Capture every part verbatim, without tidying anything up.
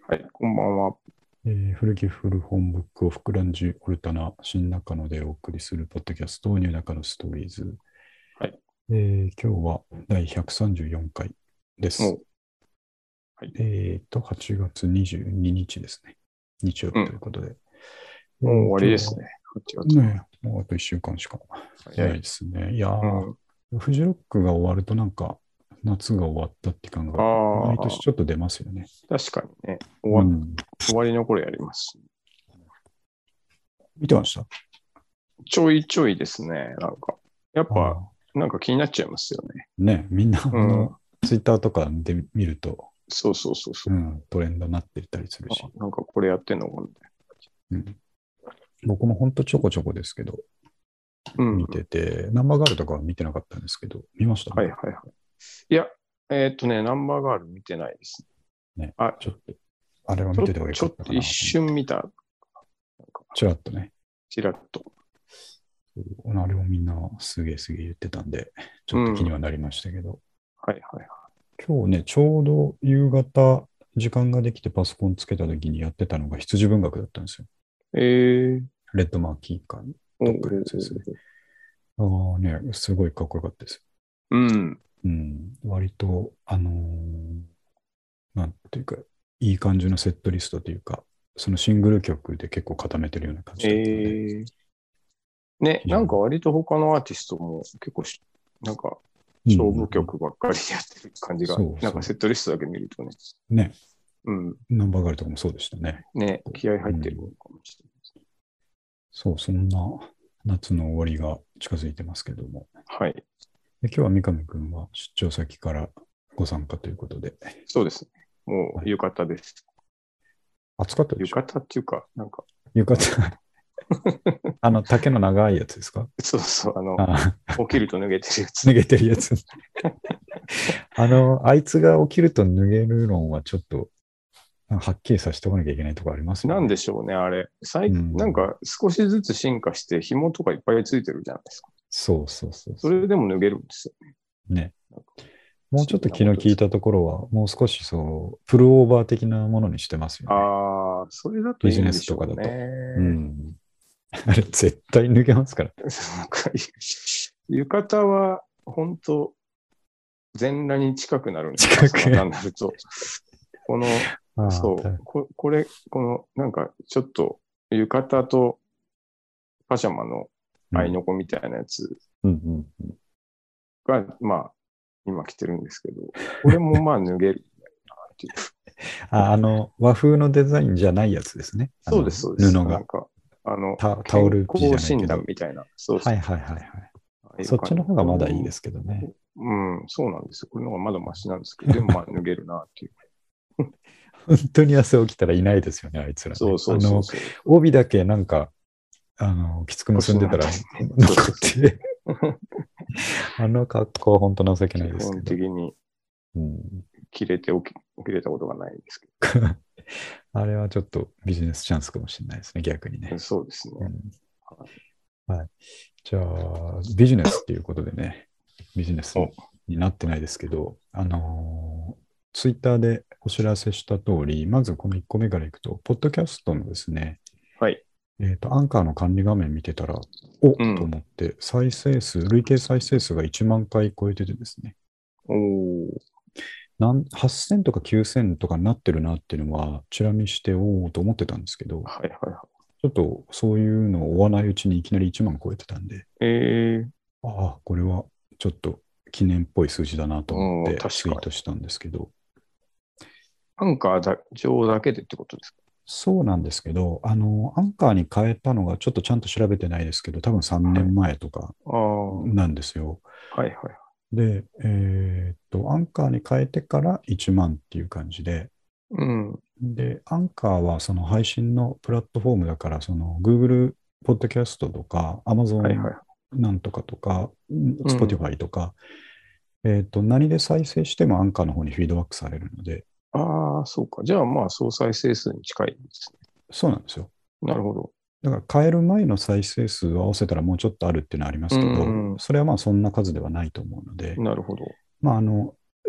はい、こんばんは。 えー古着古本ブックオフクランジオルタナ新中野でお送りするポッドキャストニューナカのストーリーズ。 はい。 えー今日はだいひゃくさんじゅうよんかいです。 もう、はい。 えっと、はちがつにじゅうににちですね。日曜日というん。 うことで。えもう終ー今日はわりですね。はちがつも。 ね、もうあといっしゅうかんしかいない早い。 ですね。いやうー、 ん。 フジロックが終わるとなんか夏が終わったって感が毎年ああ、 ちょっと出ますよね。 確かにね。終わ、 うん。 終わりの頃やりますし。 見てました？ ちょいちょいですね。なんか、やっぱ、 ああ、 なんか気になっちゃいますよね。 ね、みんなあうん。 の、ツイッターとかで見ると、 そうそうそうそう。 うん、トレンドになってたりするあ、 し、 なんかこれやってんのかみたいうん、僕も本当ちょこちょこですけど、 な。うん。 見てて、ナンバーガールとかは見てなかったんですけど、見ましたはいね。 はいはい。いや、えーっとね、ナンバーガール見てないですね。 ね、 あ、 ちょっと、あれはちょ、 見てた方がよちょっと一かったかなと思って。 瞬見た。なんか、 ちらっとね、 ちらっと。 あれをみんなすげえすげえ言ってたんで、ちょっと気にうん。 はなりましたけど、 はいはいは今日ね、ちょうど夕方、時間ができてパソコンつけた時にやってたのが羊文学だったんですよ。 い。えー、 レッドマーキーか、 おどっかのやつですね。 ーああね、すごいかっこよかったです。 うん。 うん、割と、あのーなんていうか、いい感じのセットリストというか、そのシングル曲で結構固めてるような感じだったので、 えー、ね、 非常に。 なんか割と他のアーティストも結構し、なんかうんうん勝負うん。 曲ばっかりやってる感じが、なんかそうそセットリストだけ見るとね、 う。ね、 うん、 ナンバーガールとかもそうでしたね。 ね、気合入ってるのうん。 かもしれないです。 そう、そんな夏の終わりが近づいてますけども。 はい。 で今日は三上くんは出張先からご参加ということで、 そうですね。もはい、 う浴衣です。 暑かったでしょ？ 浴衣っていうか、なんか、 浴衣、 あの、 あの、丈の長いやつですか？ そうそう、あの、 あ起きると脱げてるやつ。 脱げてるやつ。あの、あいつが起きると脱げるのはちょっと、はっきりさせておかなきゃいけないところありますよなんね。 でしょうね、あれ。最、 うん。 なんか少しずつ進化して紐とかいっぱいついてるじゃないですか。 そうそうそうそそれでも脱げるんですよね。 う。ね。 なんかもうちょっ不思議と気の利いなことです。 たところは、もう少しそう、プルオーバー的なものにしてますよね。 ああ、それだといいんでビジネスしょうね。 とかだと。うん。あれ、絶対脱げますから。 なんか浴衣は本当全裸に近くなるんで、 近く。 朝方になると。この、 ああ、たそう、ここれ、この、なんかちょっと浴衣とパジャマのうん。 合いの子みたいなやつうんうんうん。 が、まあ、今着てるんですけど、これもまあ脱げるなっていう。 あ、あの、和風のデザインじゃないやつですね。あの、 そうです、そうです。 布が。 なんか、あの、 タ、タオ健ル地じ康診ゃないけど。 断みたいな。そうそうそう。 はいはいはいはい。 ああいう感じ。 そっちの方がこれまだいいでも、 すけどね。 うん、そうなんですよ。これの方がまだマシなんですけど、でもまあ脱げるなっていう。 本当に朝起きたらいないですよね、あいつらね。 そうそうそうあの、 そう。 帯だけなんか、あの、きつく結んでたら腰のあたりね。そう残っそうそう。 て、あの格好は本当情けな基いですけど。 本的にうん、 切れて起き、起きれたことがないんですけあれはちょっとビジネスチャンスかもしれないですね、逆にど。 ね。 そうですね。 うん、 はい、 はい。じゃあ、ビジネスっていうことでね、ビジネスお、 になってないですけど、あのーツイッターでお知らせした通り、まずこのいっこめからいくと、ポッドキャストのですね、 はい。 えっと、アンカーの管理画面見てたら、おうん。 と思って、再生数、累計再生数がいちまん回超えててですね、 おー。 なんはっせんとかきゅうせんとかになってるなっていうのは、チラ見して、おおと思ってたんですけど、 はいはいはちょっとそういうのを追わないうちにいきなりいちまん超えてたんで、 い。えー、 ああ、これはちょっと記念っぽい数字だなと思っうん、 てツイー確かに。 トしたんですけど、 アンカーだ上だけでってことですか？ そうなんですけど、あの、アンカーに変えたのがちょっとちゃんと調べてないですけど、多分3 はい。 年前とかああ、はなんですよ。 いはい。 で、えーっと、アンカーに変えてからいちまんっていう感じで、 うん。 で、アンカーはその配信のプラットフォームだから、その Google ポッドキャストとかはいは Amazon い。 なんとかとか、んうん。 Spotify とか、えーっと、何で再生してもアンカーの方にフィードバックされるので、 ああ、そうか。じゃあまあ、総再生数に近いですね。 そうなんですよ。 なるほど。 だから変える前の再生数を合わせたらもうちょっとあるっていうのはありまうすけど、 ん。 それはまあそんな数ではないと思うので、 なるほど。 まああの、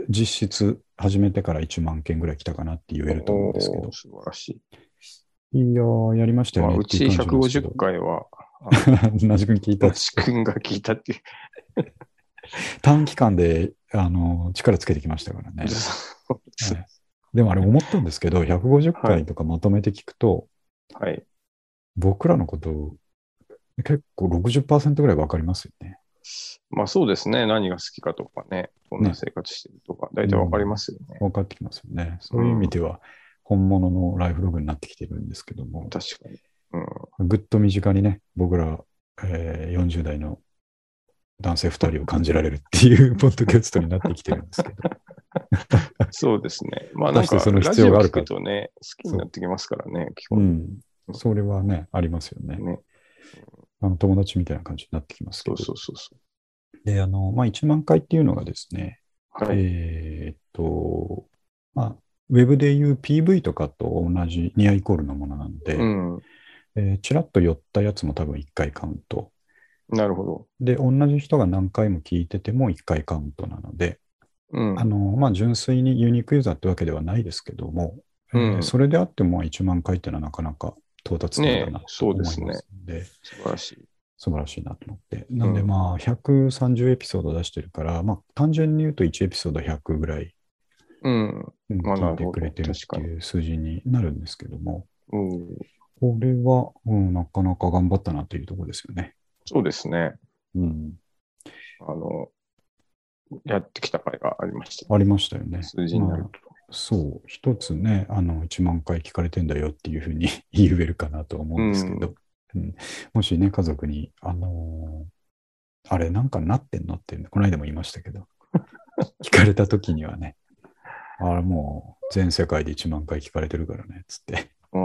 実質始めてからいちまんけんぐらい来たかなって言えると思うんですけど。 素晴らしい。いやー、やりましたい。まあ、 よねうちっていう感じなんですけひゃくごじゅっど。 かいは、 なじくん聞いたなっつって。 し君が聞いたっていう。 短期間で、あの、力つけてきましたからね。 そうですはい、でもあれ思ったんですけど、ひゃくごじゅっかいとかまとめて聞くと、 はい。 僕らのこと結構ろくじゅっパーセントぐらいわかりますよね。 まあそうですね。何が好きかとかね。どんなね。 生活してるとか、大体わかりますよね。 分かってきますよね。そういう意味では、本物のライフログになってきてるんですけども、 確かに。うん、 ぐっと身近にね、僕ら、えーよんじゅう代の男性ふたりを感じられるっていうポッドキャストになってきてるんですけど。 そうですね。まあなんか、 果たしてそのラジオ聞必要があるか。 くとね、好きになってきますからね、基本。 うん。それはね、ありますよね。 ね。 あの友達みたいな感じになってきますけど。 そうそうそうそで、あの、まあ、いちまんかいっていうのがですね、 う。はい。 えーっと、まあ、ウェブでいう ピーブイ とかと同じニアイコールのものなので、 うん。 えーちらっと寄ったやつも多分いっかいカウント。 なるほど。 で、同じ人が何回も聞いててもいっかいカウントなので、 うん。 あの、まあ、純粋にユニークユーザーってわけではないですけども、えうーん。 それであってもいちまんかいっていうのはなかなか到達点だねえ、 なとそうで思いすね。 ますので、 素晴らしい。 素晴らしいなと思って。なんでうん。 まあ、ひゃくさんじゅうエピソード出してるから、まあ、単純に言うといちエピソードひゃくぐらい、 うん。 うんまあ、 聞いてなるほど。 くれてるっ確かに。 ていう数字になるんですけども、 うん。 これは、うん、なかなか頑張ったなというところですよね。 そうですね。 うん。 あの、やってきた甲斐がありました。 ありましたよね。 数字になるまあ、そう、一つね、あの、いちまんかい聞かれてんだよっていうふうに言えるかなと思と。 ううんですけど、 ん。 うん、もしね、家族に、あのーあれ、なんかなってんのって、この間も言いましたけど、聞かれた時にはね、あれもう全世界でいちまんかい聞かれてるからね、つってうん。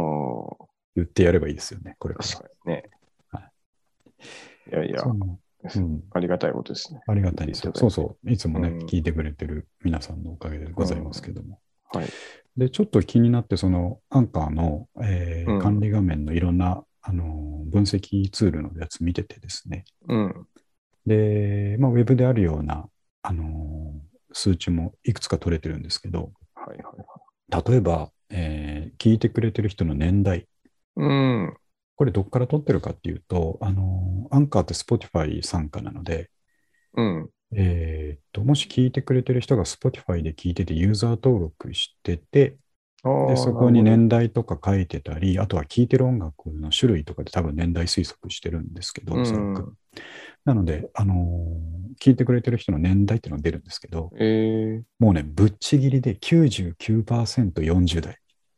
言ってやればいいですよね、これから。 確かにね。 はい、 いやいや、 そううん、 ありがたいことですね。 ありがたいですよ。 聞いていただいて。 そうそう、いつもね、 うん。 聞いてくれてる皆さんのおかげでございますけども。 はい。 で、ちょっと気になって、そのアンカーの、えーうん。 管理画面のいろんな、あのー分析ツールのやつ見ててですね。 うん。 で、まあ、ウェブであるような、あのー数値もいくつか取れてるんですけど、 はいはいはい。 例えば、えー聞いてくれてる人の年代。 うん。 これどっから取ってるかっていうと、あのーアンカーって Spotify 参加なので、 うん。 えーっと、もし聞いてくれてる人が Spotify で聞いててユーザー登録してて、 ああ、 で、そこなるほど。 に年代とか書いてたり、あとは聴いてる音楽の種類とかで多分年代推測してるんですけど、 うおそらく。 ん。 なので、あのー聞いてくれてる人の年代っていうのが出るんですけど、 ええもうね、ぶっちぎりで きゅうじゅうきゅうパーセントよんじゅう代。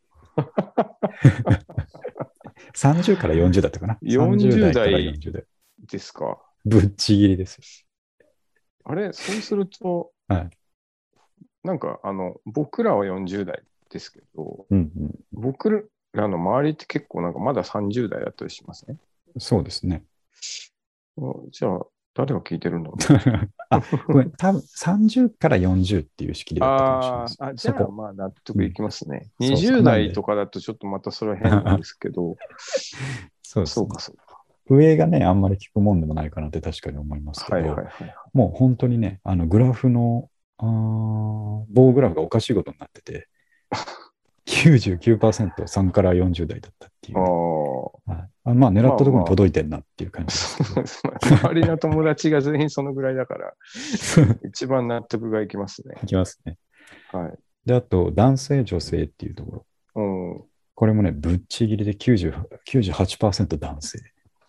さんじゅうからよんじゅう代だったかな。さんじゅう ?よんじゅう代から代よんじゅう代。 ですか。 ぶっちぎりですよ。 あれ、そうすると、 はい。 なんか、あの、僕らはよんじゅう代ですけど、 うんうん。 僕らの周りって結構なんかまださんじゅう代だったりしますね。 そうですね。 うんじゃあ、誰が聞いてるんだろう。 あ、ごめん、多分さんじゅうからよんじゅうっていう仕切りだったかもしれないです。 あーあ、じゃあ、 そこ。 まあ、納うん。 得いきますね。 そうそ 20 う。なんで、 代とかだとちょっとまたそれは変なんですけど、 そうですね。 そうか、そうか。 上がね、あんまり聞くもんでもないかなって確かに思いますけど、 はいはいはい。 もう本当にね、あのグラフの、あー棒グラフがおかしいことになってて、きゅうじゅうきゅうパーセントさんからよんじゅう代だったっていあうね。 あ、 はい、あまあ、狙ったところにまあまあ、 届いてんなっていう感じですけど。 周りの友達が全員そのぐらいだから、一番納得がいきますね。 いきますね。 はい。 で、あと、男性、女性っていうところ。 うん。 これもね、ぶっちぎりできゅうじゅう、きゅうじゅうはちパーセント男性。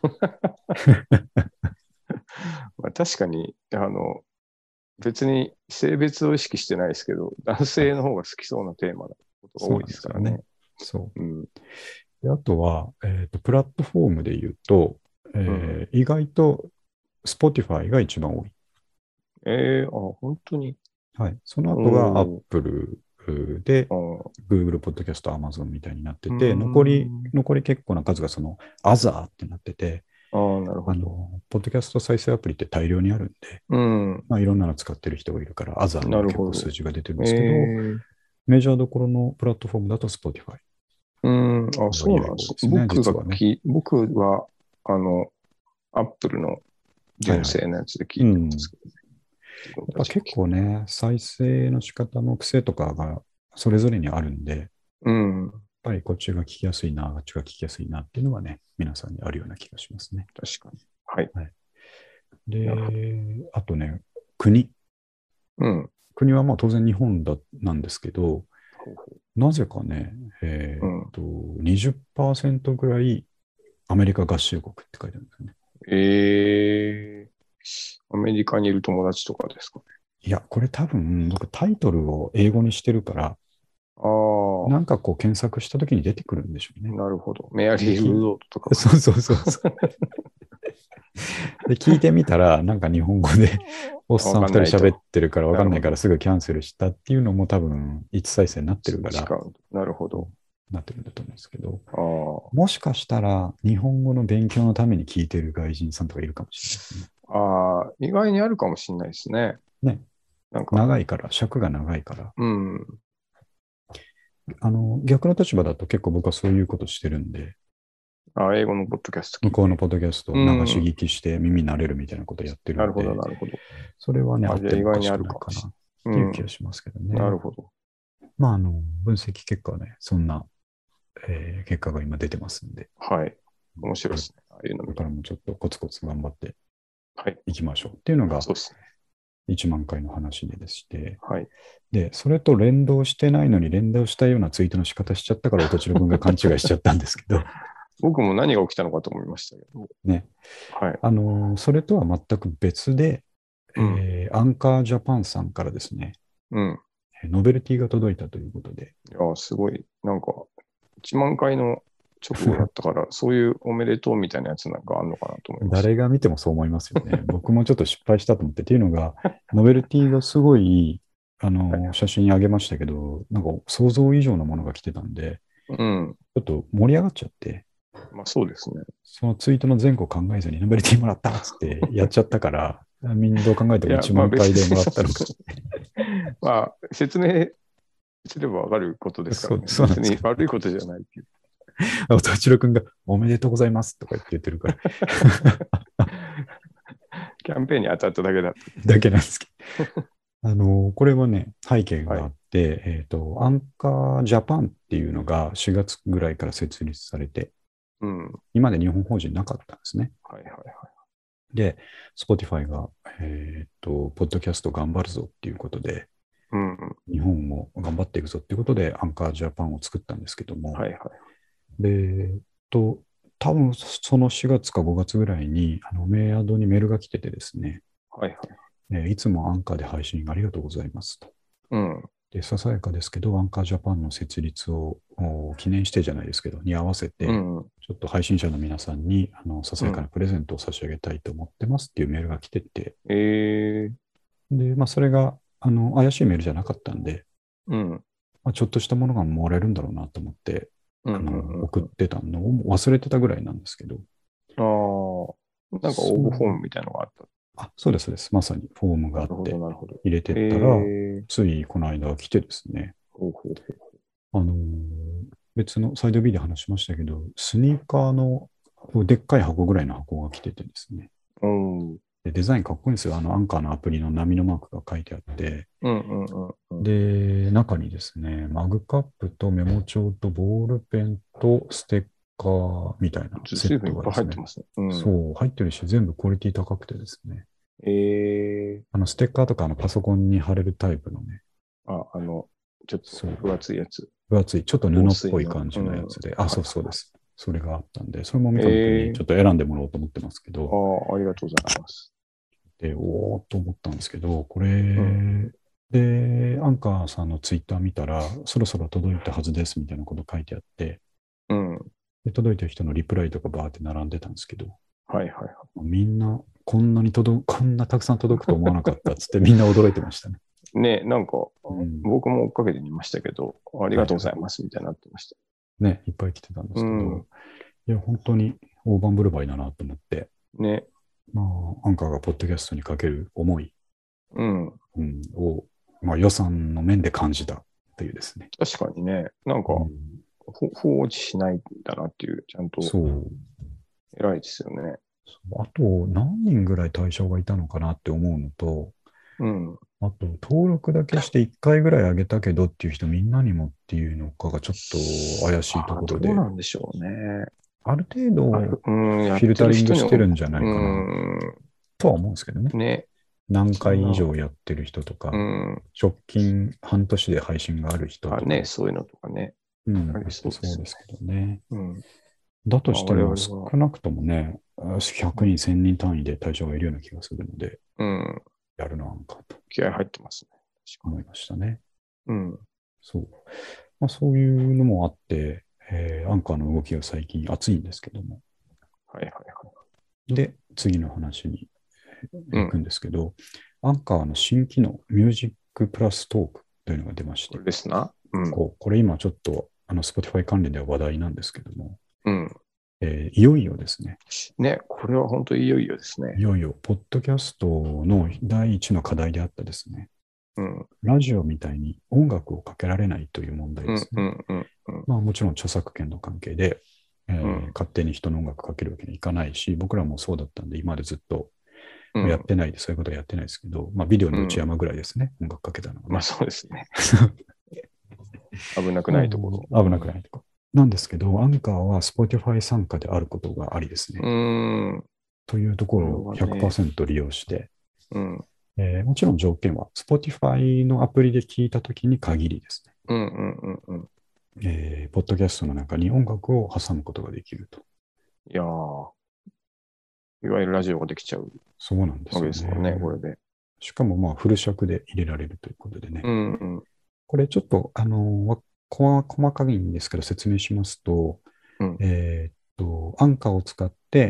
まあ、確かに、あの、別に性別を意識してないですけど、男性の方が好きそうなテーマなことが多いですからね。 そう。 うん。 であとは、えっと、プラットフォームで言うと、えうんー意外と Spotify が一番多い。 ええあ、本当に。 はい。その後がおー Apple で、 あー Google Podcast、Amazon みたいになってうーて、残り、 ん。 残り結構な数がその Other ってなってて、 ああ、なるほど。 あの、ポッドキャスト再生アプリって大量にあるんで、 うん。 まあ、いろんなの使ってる人がいるから、Other には結なるほど。 構数字が出てるんえですけど、 えメジャーどころのプラットフォームだと Spotify うん。あ、 がそうなんです。 有効ですね、 僕が実はね。 き、僕は、あの、アップルの純はいはい。 正のやつで聞いてまうん。 すけどね。 自分やっぱ結たちが聞く。 構ね、再生の仕方の癖とかがそれぞれにあるんで、やっうん。 ぱりこっちが聞きやすいな、あっちが聞きやすいなっていうのはね、皆さんにあるような気がしますね。 確かに。はい。 はい。 なるほど。 で、あとね、国。 うん。 国はまあ当然日本だなんですけど、 ほうほなぜかね、えう。うーっん。 と、にじゅっパーセントぐらいアメリカ合衆国って書いてあるんですよね。 えー、アメリカにいる友達とかですかね。 いや、これ多分僕タイトルを英語にしてるから、 ああ、 なんかこう検索した時に出てくるんでしょうね。 なるほど。メアで、き、 リー・ルドートとか。 そうそうそうそう。で、聞いてみたら、なんか日本語でおっさんわかん二人喋っないと。 てるからわかんないからなるほど。 すぐキャンセルしたっていうのも多分一再生になってるから、 数時間。なるほうんど。 なってるんだと思うんですけど、 ああ。 もしかしたら日本語の勉強のために聞いてる外人さんとかいるかもしれないですね。 ああ、意外にあるかもしれないですね。 ね、 なんか、 長いから、尺が長いから。 うん。 あの、逆の立場だと結構僕はそういうことしてるんで、 あ、英語のポッドキャスト聞いて。 向こうのポッドキャストをう流しん。 聞きして耳慣れるみたいなことをやってるなるほど、 んで、 なるほど。 それはね、ああ、 ってもおかじゃあ意外にあしくないかるかもしなっれない。うん。 ていう気がしますけどね。 なるほど。 まあ、あの、分析結果はね、そんな、えー結果が今出てますんで、 はい。面白いこれ、 ですね。ああいうのこれ見る。 からもちょっとコツコツ頑張ってはい。 いきましょうっていうのがそうですね。 いちまん回の話ででして、 はい。 で、それと連動してないのに連動したようなツイートの仕方しちゃったから、音千代君が勘違いしちゃったんですけど、 僕も何が起きたのかと思いましたけど。 ね、 はい。 あのーそれとは全く別で、 うん。 えーアンカージャパンさんからですね、 うん。 ノベルティが届いたということで、 いや、すごい。なんか、いちまん回の直後だったから、そういうおめでとうみたいなやつなんかあんのかなと思いました。 誰が見てもそう思いますよね。僕もちょっと失敗したと思って、っていうのが、ノベルティがすごい、あはい。 のー写真あげましたけど、なんか想像以上のものが来てたんで、 うん。 ちょっと盛り上がっちゃって、 まあそうですね。 そのツイートの前後考えずにノベルティもらったっつってやっちゃったから、みんなどう考えてもいや、 1 まあ万回で別にそもらったのか。 う、まあ説明すればわかることですからね。 そう、そうなん別ですけど。 に悪いことじゃないっていう。 音千代くんがおめでとうございますとか言って言ってるからキャンペーンに当たっただけだっだけなんですけど。あの、これはね、背景た。はがあい。 って、えっと、アンカージャパンっていうのがしがつぐらいから設立されて、 うん。 今まで日本法人なかったんですね。 はいはいはい。 で、Spotify が、えっと、ポッドキャスト頑張るぞっていうことで、 うん。 日本も頑張っていくぞっていうことで、アンカージャパンを作ったんですけども、 はいはい。 で、えっと、多分そのしがつかごがつぐらいに、あの、メアドにメールが来ててですね、 はいはい。 えーいつもアンカーで配信ありがとうございますと。 うん。 で、ささやかですけど、アンカージャパンの設立をお記念してじゃないですけど、に合わせて、 うん。 ちょっと配信者の皆さんに、あの、ささやかなうん。 プレゼントを差し上げたいと思ってますっていうメールが来てて、 えー。 で、まあ、それが、あの、怪しいメールじゃなかったんで、 うん。 まあ、ちょっとしたものがもらえるんだろうなと思って、 うん。 あの、 うん。 送ってたのを忘れてたぐらいなんですけど、 ああ。なんか応募フォームみたいなのがあった。 あ、そうです、そうです。まさにフォームがあなるほど、 ってなるほど。 入れてえったら、 ー。 ついこの間来てですね、 ほうほうあのー別のサイド B で話しましたけど、スニーカーのでっかい箱ぐらいの箱が来ててですね、 ほう。うん。 でデザインかっこいいんですよ。あのアンカーのアプリの波のマークが書いてあって、 うんうんうんうん。 で、中にですね、マグカップとメモ帳とボールペンとステッカーみたいなセッずいぶんいっぱいトがですね、 入ってますね。うん。 そう、入ってるし、全部クオリティ高くてですね、 えあのステッカーとかあのパソコンに貼れるタイプのね、 ー。あ、あの、ちょっとそう、 分厚いやつ。 分厚い、ちょっと布っ防水の。 ぽい感じのやつで、あ、そうそうです。それがあったんで、それも三上君にえー。 ちょっと選んでもらおうと思ってますけど、 ああ、ありがとうございます。 で、おーっと思ったんですけど、これ、 うん。 で、アンカーさんのツイッター見たら、そろそろ届いたはずですみたいなこと書いてあって、 うん。 で届いた人のリプライとかバーって並んでたんですけど、 はいはいはい。 みんな、こんなに届こんなたくさん届くと思わなかったっつってみんな驚いてましたね。 ね、なんか、 うん、 僕も追っかけてみましたけど、ありがとうございますみたいになってました。 ね、いっぱい来てたんですけど、 うん。 いや、本当に大盤振る舞いだなと思って、 ね。 まあ、アンカーがポッドキャストにかける思い、 うん。 うん、を、まあ、予算の面で感じたというですね。 確かにね、なんか、 うんほ放置しないんだなっていう、ちゃんとそう。 偉いですよね。 あと、何人ぐらい対象がいたのかなって思うのと、 うん。 あと、登録だけしていっかいぐらい上げたけどっていう人みんなにもっていうのかがちょっと怪しいとああ、どころで、 うなんでしょうね。 ある程度ある、うん、やってフィルタリングる人にも、 してるんじゃなういかなん、 とは思うんですけどね。 ね、 何回以そんな、 上やってる人とか、 うん、 直近半年で配信がある人あ、ね、 とか、 そういうのとかね、 うん、 ありあってそうですね。 そうですけどね。 うん。 だとまあ、 しても我々は、 少なくともね、ひゃくにん、せんにん単位で対象がいるような気がするので、 うん、 やるのなんかと気合入ってますね。確か思いましたね。 に。うん。 そう。まあ、そういうのもあって、えーアンカーの動きが最近熱いんですけども。 はいはいはい。 で、次の話にうん。 行くんですけど、アンカーの新機能、ミュージックプラストークというのが出まして、 これですな。うん。 こうこれ今ちょっとあの Spotify 関連では話題なんですけども、 うん。 えーいよいよですね、 ね、これは本当いよいよですね。 いよいよ、ポッドキャストの第一の課題であったですね、 うん。 ラジオみたいに音楽をかけられないという問題うん、 ですね。 うん、うん、うん。 まあもちろん著作権の関係で、えーうん。 勝手に人の音楽かけるわけにいかないし、僕らもそうだったんで、今までずっとうん。 やってないで、そういうことはやってないですけど、まあビデオうん。 の内山ぐらいですね、音楽かけたのはまあね。 そうですね。危なくうないところ。 ん危なくないとか。なんですけど、アンカーは Spotify 参加であることがありですね。 うん。うーん。 というとここれろをはね。 ひゃくパーセント利用して、 うん。 えーもちろん条件は Spotify のアプリで聞いたときに限りですね。 うん、うん、うん、うん。 えーポッドキャストの中に音楽を挟むことができると。 いやー、いわゆるラジオができちゃうそうなんでわすよけですもんね、こね。 れで。 しかもまあフル尺で入れられるということでね。 うん、うん、 これちょっと、あのわこ細かいんですけど説明しますと、 うん、 えーっと、アンカーを使って、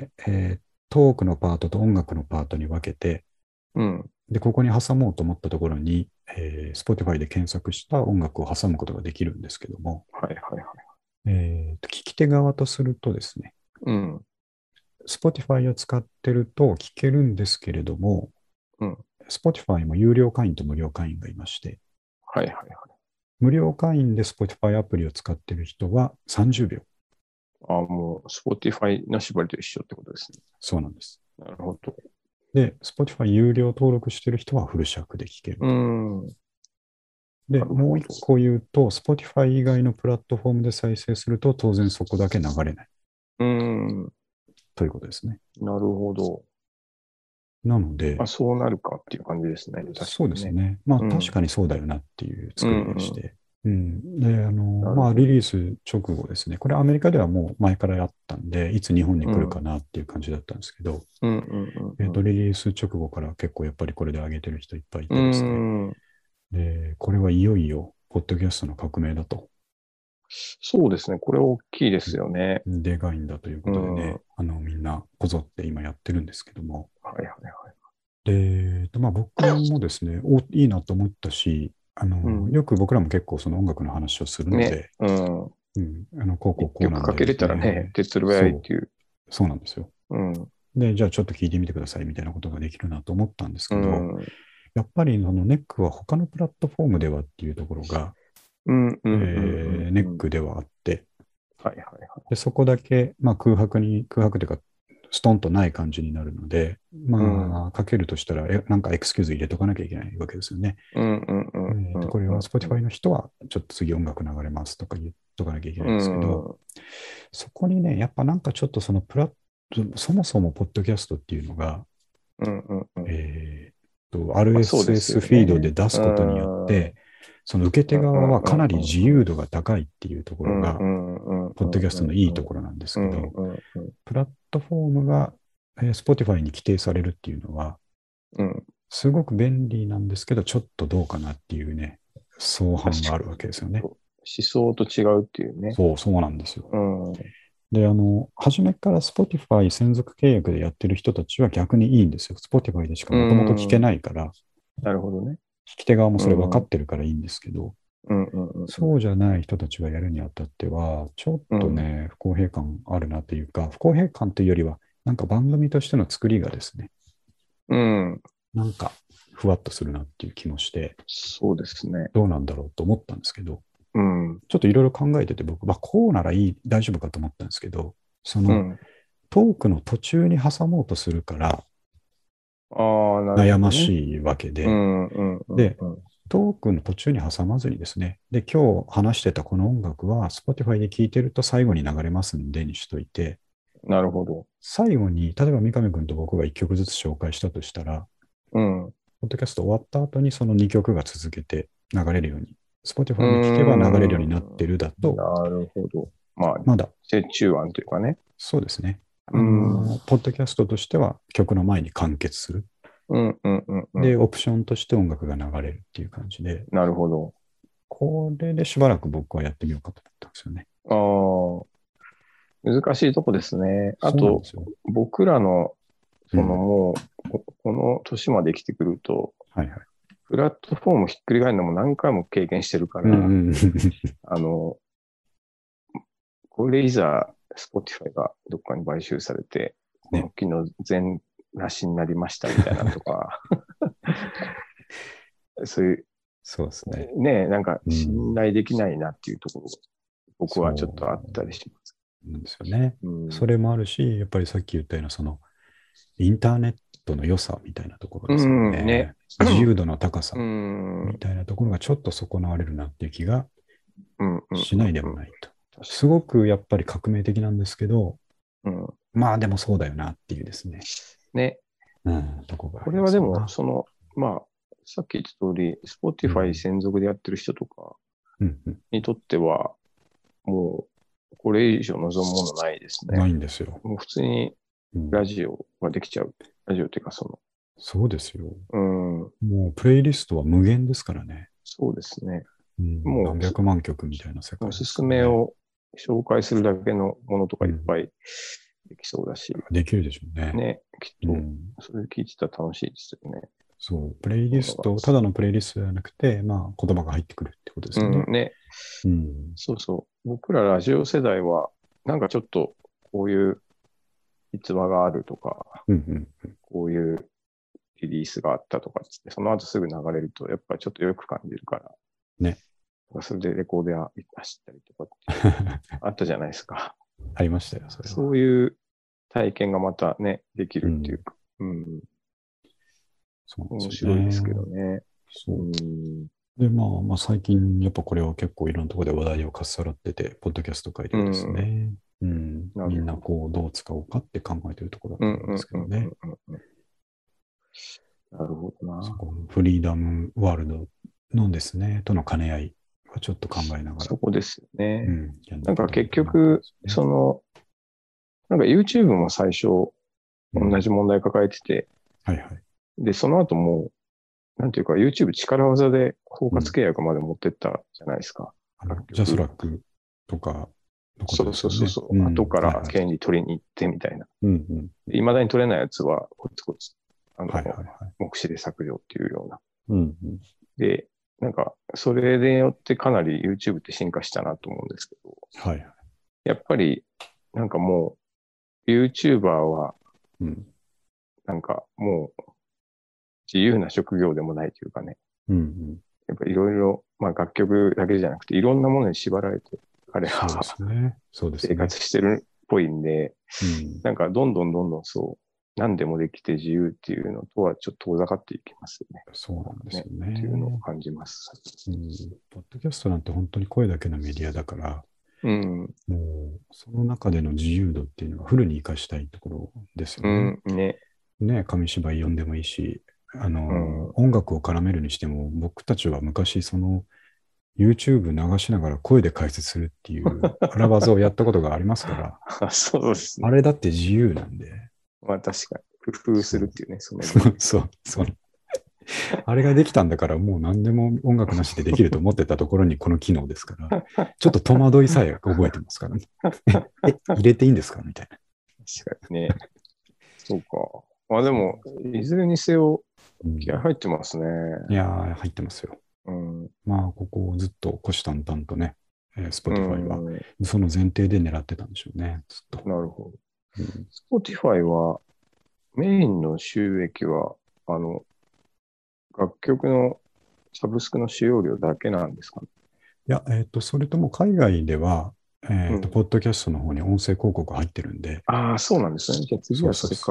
えートークのパートと音楽のパートに分けて、 うん。 で、ここに挟もうと思ったところに、えー Spotify で検索した音楽を挟むことができるんですけども、 はい、はい、はい。 えーと、聞き手側とするとですね、 うん、 Spotify を使ってると聞けるんですけれども、 うん。 Spotify も有料会員と無料会員がいまして、 はい、はい、はい。 無料会員で Spotify アプリを使っている人はさんじゅうびょう。 あ、もう、Spotify の縛りと一緒ってことですね。 そうなんです。 なるほど。 で、Spotify 有料登録している人はフル尺で聞けるうと。 ん。なで、もう一るほど。 個言うと、Spotify 以外のプラットフォームで再生すると、当然そこだけ流れないうん。 ということですね。 なるほど。 なので、 まあ、そうなるかっていう感じですね。確そうかにね。 ですね。まあうん。 確かにそうだよなっていうう作りでしん。 て。うん。で、あの、まあなるほど。 リリース直後ですね。これアメリカではもう前からあったんで、いつ日本に来るうん。 かなっていう感じだったんですけど、 うん。うん。 えっと、 うん。 リリース直後から結構やっぱりこれで上げてる人いっぱいいうてですね。 ん。 で、これはいよいよ、ポッドキャストの革命だと。 そうですね。これ大きいですよね。 でかいんだといううん。 ことでね、 はあの、みんなこぞって今やってるんですけども。 いはいはい。 で、えっとまあ僕もですね、お、いいなと思ったし、あの、 うん。 よく僕らも結構その音楽の話をするのね。 で、 うん。 うん、あの、こうこ一うこうなんで、 曲かけれたらね、 えー手っ取り早いっそう、 ていう。 そうなんですよ。 うん。 で、じゃあちょっと聞いてみてくださいみたいなことができるなと思ったんですうけど、 ん。 やっぱりそのネックは他のプラットフォームではっていうところが、 うん。うん。うん。うん。 えーネッうん。 クではあって、 はいはいはい。 でそこだけ、まあ、空白に、空白というか、ストンとない感じになるので、 うん。 まあ、かけるとしたら、えなんかエクスキューズ入れとかなきゃいけないわけですよね。 うん。うん。うん。 えーと、これはうん。 Spotify の人は、ちょっと次音楽流れますとか言っとかなきゃいけないんですけど、 うん。 そこにね、やっぱなんかちょっとそのプラット、そもそもポッドキャストっていうのが、 うん。うん。うん。 えーと、 まあそうですアールエスエスよフィードね。 で出うすことによっん。うん。 て、その受け手側はうん。 かなりうん。 自由度が高いっていうとこうん。 ろが、 うん。うん。 ポッドキャストのいいとうん。 ころなんですうん。 けど、 うん。うん。 プラットフォームが、えー Spotify に規定されるっていうのは、 うん。 すごく便利なんですけど、ちょっとどうかなっていうね、相確反があるわかに。 けですよね。 思想と違うっていうね。 そう、そうなんですよ。 うん。うん。 で、あの、初めから Spotify 専属契約でやってる人たちは逆にいいんですよ。Spotify でしかもともと聞けないから、 なるほどね。 聞き手側もそれ分かうん。うん。 ってるからいいんですけど、 うん。うん。 そうじゃない人たちがやるにあたっては、ちょっうん。 とね、不公平感あるなというか、不公平感というよりは、なんか番組としての作りがですね、 うん。 なんかふわっとするなっていう気もして、 そうですね。 どうなんだろうと思ったんですけど、 うん。 ちょっといろいろ考えてて僕、まあ、こうならいい、大丈夫かと思ったんですけど、そのうん。 トークの途中に挟もうとするから、 ああ、なるほど、ね。 悩ましいわけで、 うんうんうん、 で、トークの途中に挟まずにですね、で、今日話してたこの音楽は Spotify で聴いてると最後に流れますんでにしといて、 なるほど。 最後に、例えば三上君と僕がいっきょくずつ紹介したとしたら、 うん。 ポッドキャスト終わった後にそのにきょくが続けて流れるように、 う Spotify で聴けば流れるようになってーん。 るだと、 なるほど。まあ、 まだ、 折衷案というかね。 そうですね。あうん。 の、ポッドキャストとしては曲の前に完結する。 うんうんうんうで、 ん。 オプションとして音楽が流れるっていう感じで、 なるほど。 これでしばらく僕はやってみようかと思ったんですよね。 ああ、難しいとこですね。あと、 そうなんですよ。 僕らの、そのうんもう、ここの年まで生きてくると、 はいはい。 プラットフォームひっくり返るのも何回も経験してるかうんら、 うんうん。 あの、これいざ、Spotify がどっかに買収されて、このね。 機能全なしになりましたみたいなのとか、そういう、 そうですね。 ね、なんかうん信頼できないなっていうところが、僕はちょっとあったりそします。 うなんですよね。 うん、 それもあるし、やっぱりさっき言ったような、その、インターネットの良さみたいなところうですよん、 ね。 ね。 自由度の高うさん、うん、 みたいなところがちょっと損なわれるなっていう気がうん、うん。 しないでもないと。 確かすごくやっぱり革命的なんですけど、 に。うん。 まあでもそうだよなっていうですね。 ね。 うん、とこがあこりれはでも、 ますよな。 その、まあ、さっき言った通り、 う Spotify ん専属でやってる人とかうんうん、 にとっては、もう、これ以上望むものないですね。 ないんですよ。 もう普通にうん、 ラジオができちゃう。ラジオっていうか、そそうですよ。 の、うん、 もうプレイリストは無限ですからね。 そうですね。 うん、 もうす、 何百万曲みたいな世界でおすすからね。 すめを紹介するだけのものとかうん、 いっぱいできそうだし、 できるでしょうね。 ね、きっと、 うん、 それ聞いてたら楽しいですよね。 そう、プレイそういうのが。 リスト、ただのプレイリストではなくて、まあ言葉が入ってくるってことですよね。 うん、ね。 うん、 そうそう。僕らラジオ世代は、なんかちょっと、こういう逸話があるとか、 うん、うん、 こういうリリースがあったとかっつって、その後すぐ流れると、やっぱりちょっとよく感じるから、 ね。 それでレコード屋走ったりとかっていうあったじゃないですか。 ありましたよ、それは。 そういう体験がまたね、できうん、 るっていうか、うん、 そうなん面ですよね。 白いですけどね。 そうう。 ん、 で、まあ、まあ、最近、やっぱこれは結構いろんなところで話題をかっさらってて、ポッドキャスト界でうはですん、 ね、うん、みんななるほど。 こう、どう使おうかって考えてるところうん、 だと思うんでうん、うん、 すけどね。 うん、うん。なるほどな。 そこ、フリーダムワールドのですね、との兼ね合いはちょっと考えながら、 そこですよね。 うん、やんなんか結なきゃいけないかなと思うん局、 ですよね。 その、なんか YouTube も最初、 うん同じ問題抱えてて、 はいはい。 で、その後も、なんていうか YouTube 力技で包うん括契約まで持ってったじゃないですか。 あの楽曲ジャスラックとかのことそうそうですよね。 そうそう。 うん後からはいはい権利取りに行ってみたいな。 うんうんいまだに取れないやつは、コツコツ、あの、 はいはいはい。 目視で削除っていうような。 うんうんで、なんか、それでよってかなり YouTube って進化したなと思うんですけど、 はいはい。 やっぱり、なんかもう、YouTuber は、 うんなんかもう、自由な職業でもないというかね。 うんうんやっぱいろいろ、まあ楽曲だけじゃなくて、いろんなものに縛られて、彼らそうではすね。そうです生ね。 活してるっぽいんで、 うんなんかどんどんどんどんそう、何でもできて自由っていうのとはちょっと遠ざかっていきますよね。 そうなんですよね。っていうのをね。 感じます。 うん。ポッドキャストなんて本当に声だけのメディアだから、 うん。 もうその中での自由度っていうのはフルに活かしたいところですようね。 ん。ね。 ね、紙芝居読んでもいいし、あの、 うん。 音楽を絡めるにしても、僕たちは昔その YouTube 流しながら声で解説するっていう荒技をやったことがありますから、 あ、そうですね。 あれだって自由なんで。 まあ確かに。工夫するっていうね、そのそうそうそう。あれができたんだからもう何でも音楽なしでできると思ってたところにこの機能ですから、ちょっと戸惑いさえ覚えてますからね。え、入れていいんですかみたいな。 確かにね。そうか。まあでも、いずれにせよ、 うん気合入ってますね。 いやー、入ってますよ。 うん。 まあ、ここをずっと虎視眈々とね、えー、 う Spotify はん。 その前提で狙ってたんでしょうね、ずっと。 なるほど。 うん、 Spotify は、メインの収益は、あの、楽曲のサブスクの使用料だけなんですかね。 いや、えっと、それとも海外では、えっと、 うん、 ポッドキャストの方に音声広告入ってるんで、 ああ、そうなんですね。じゃあ次はそうそうそそれか。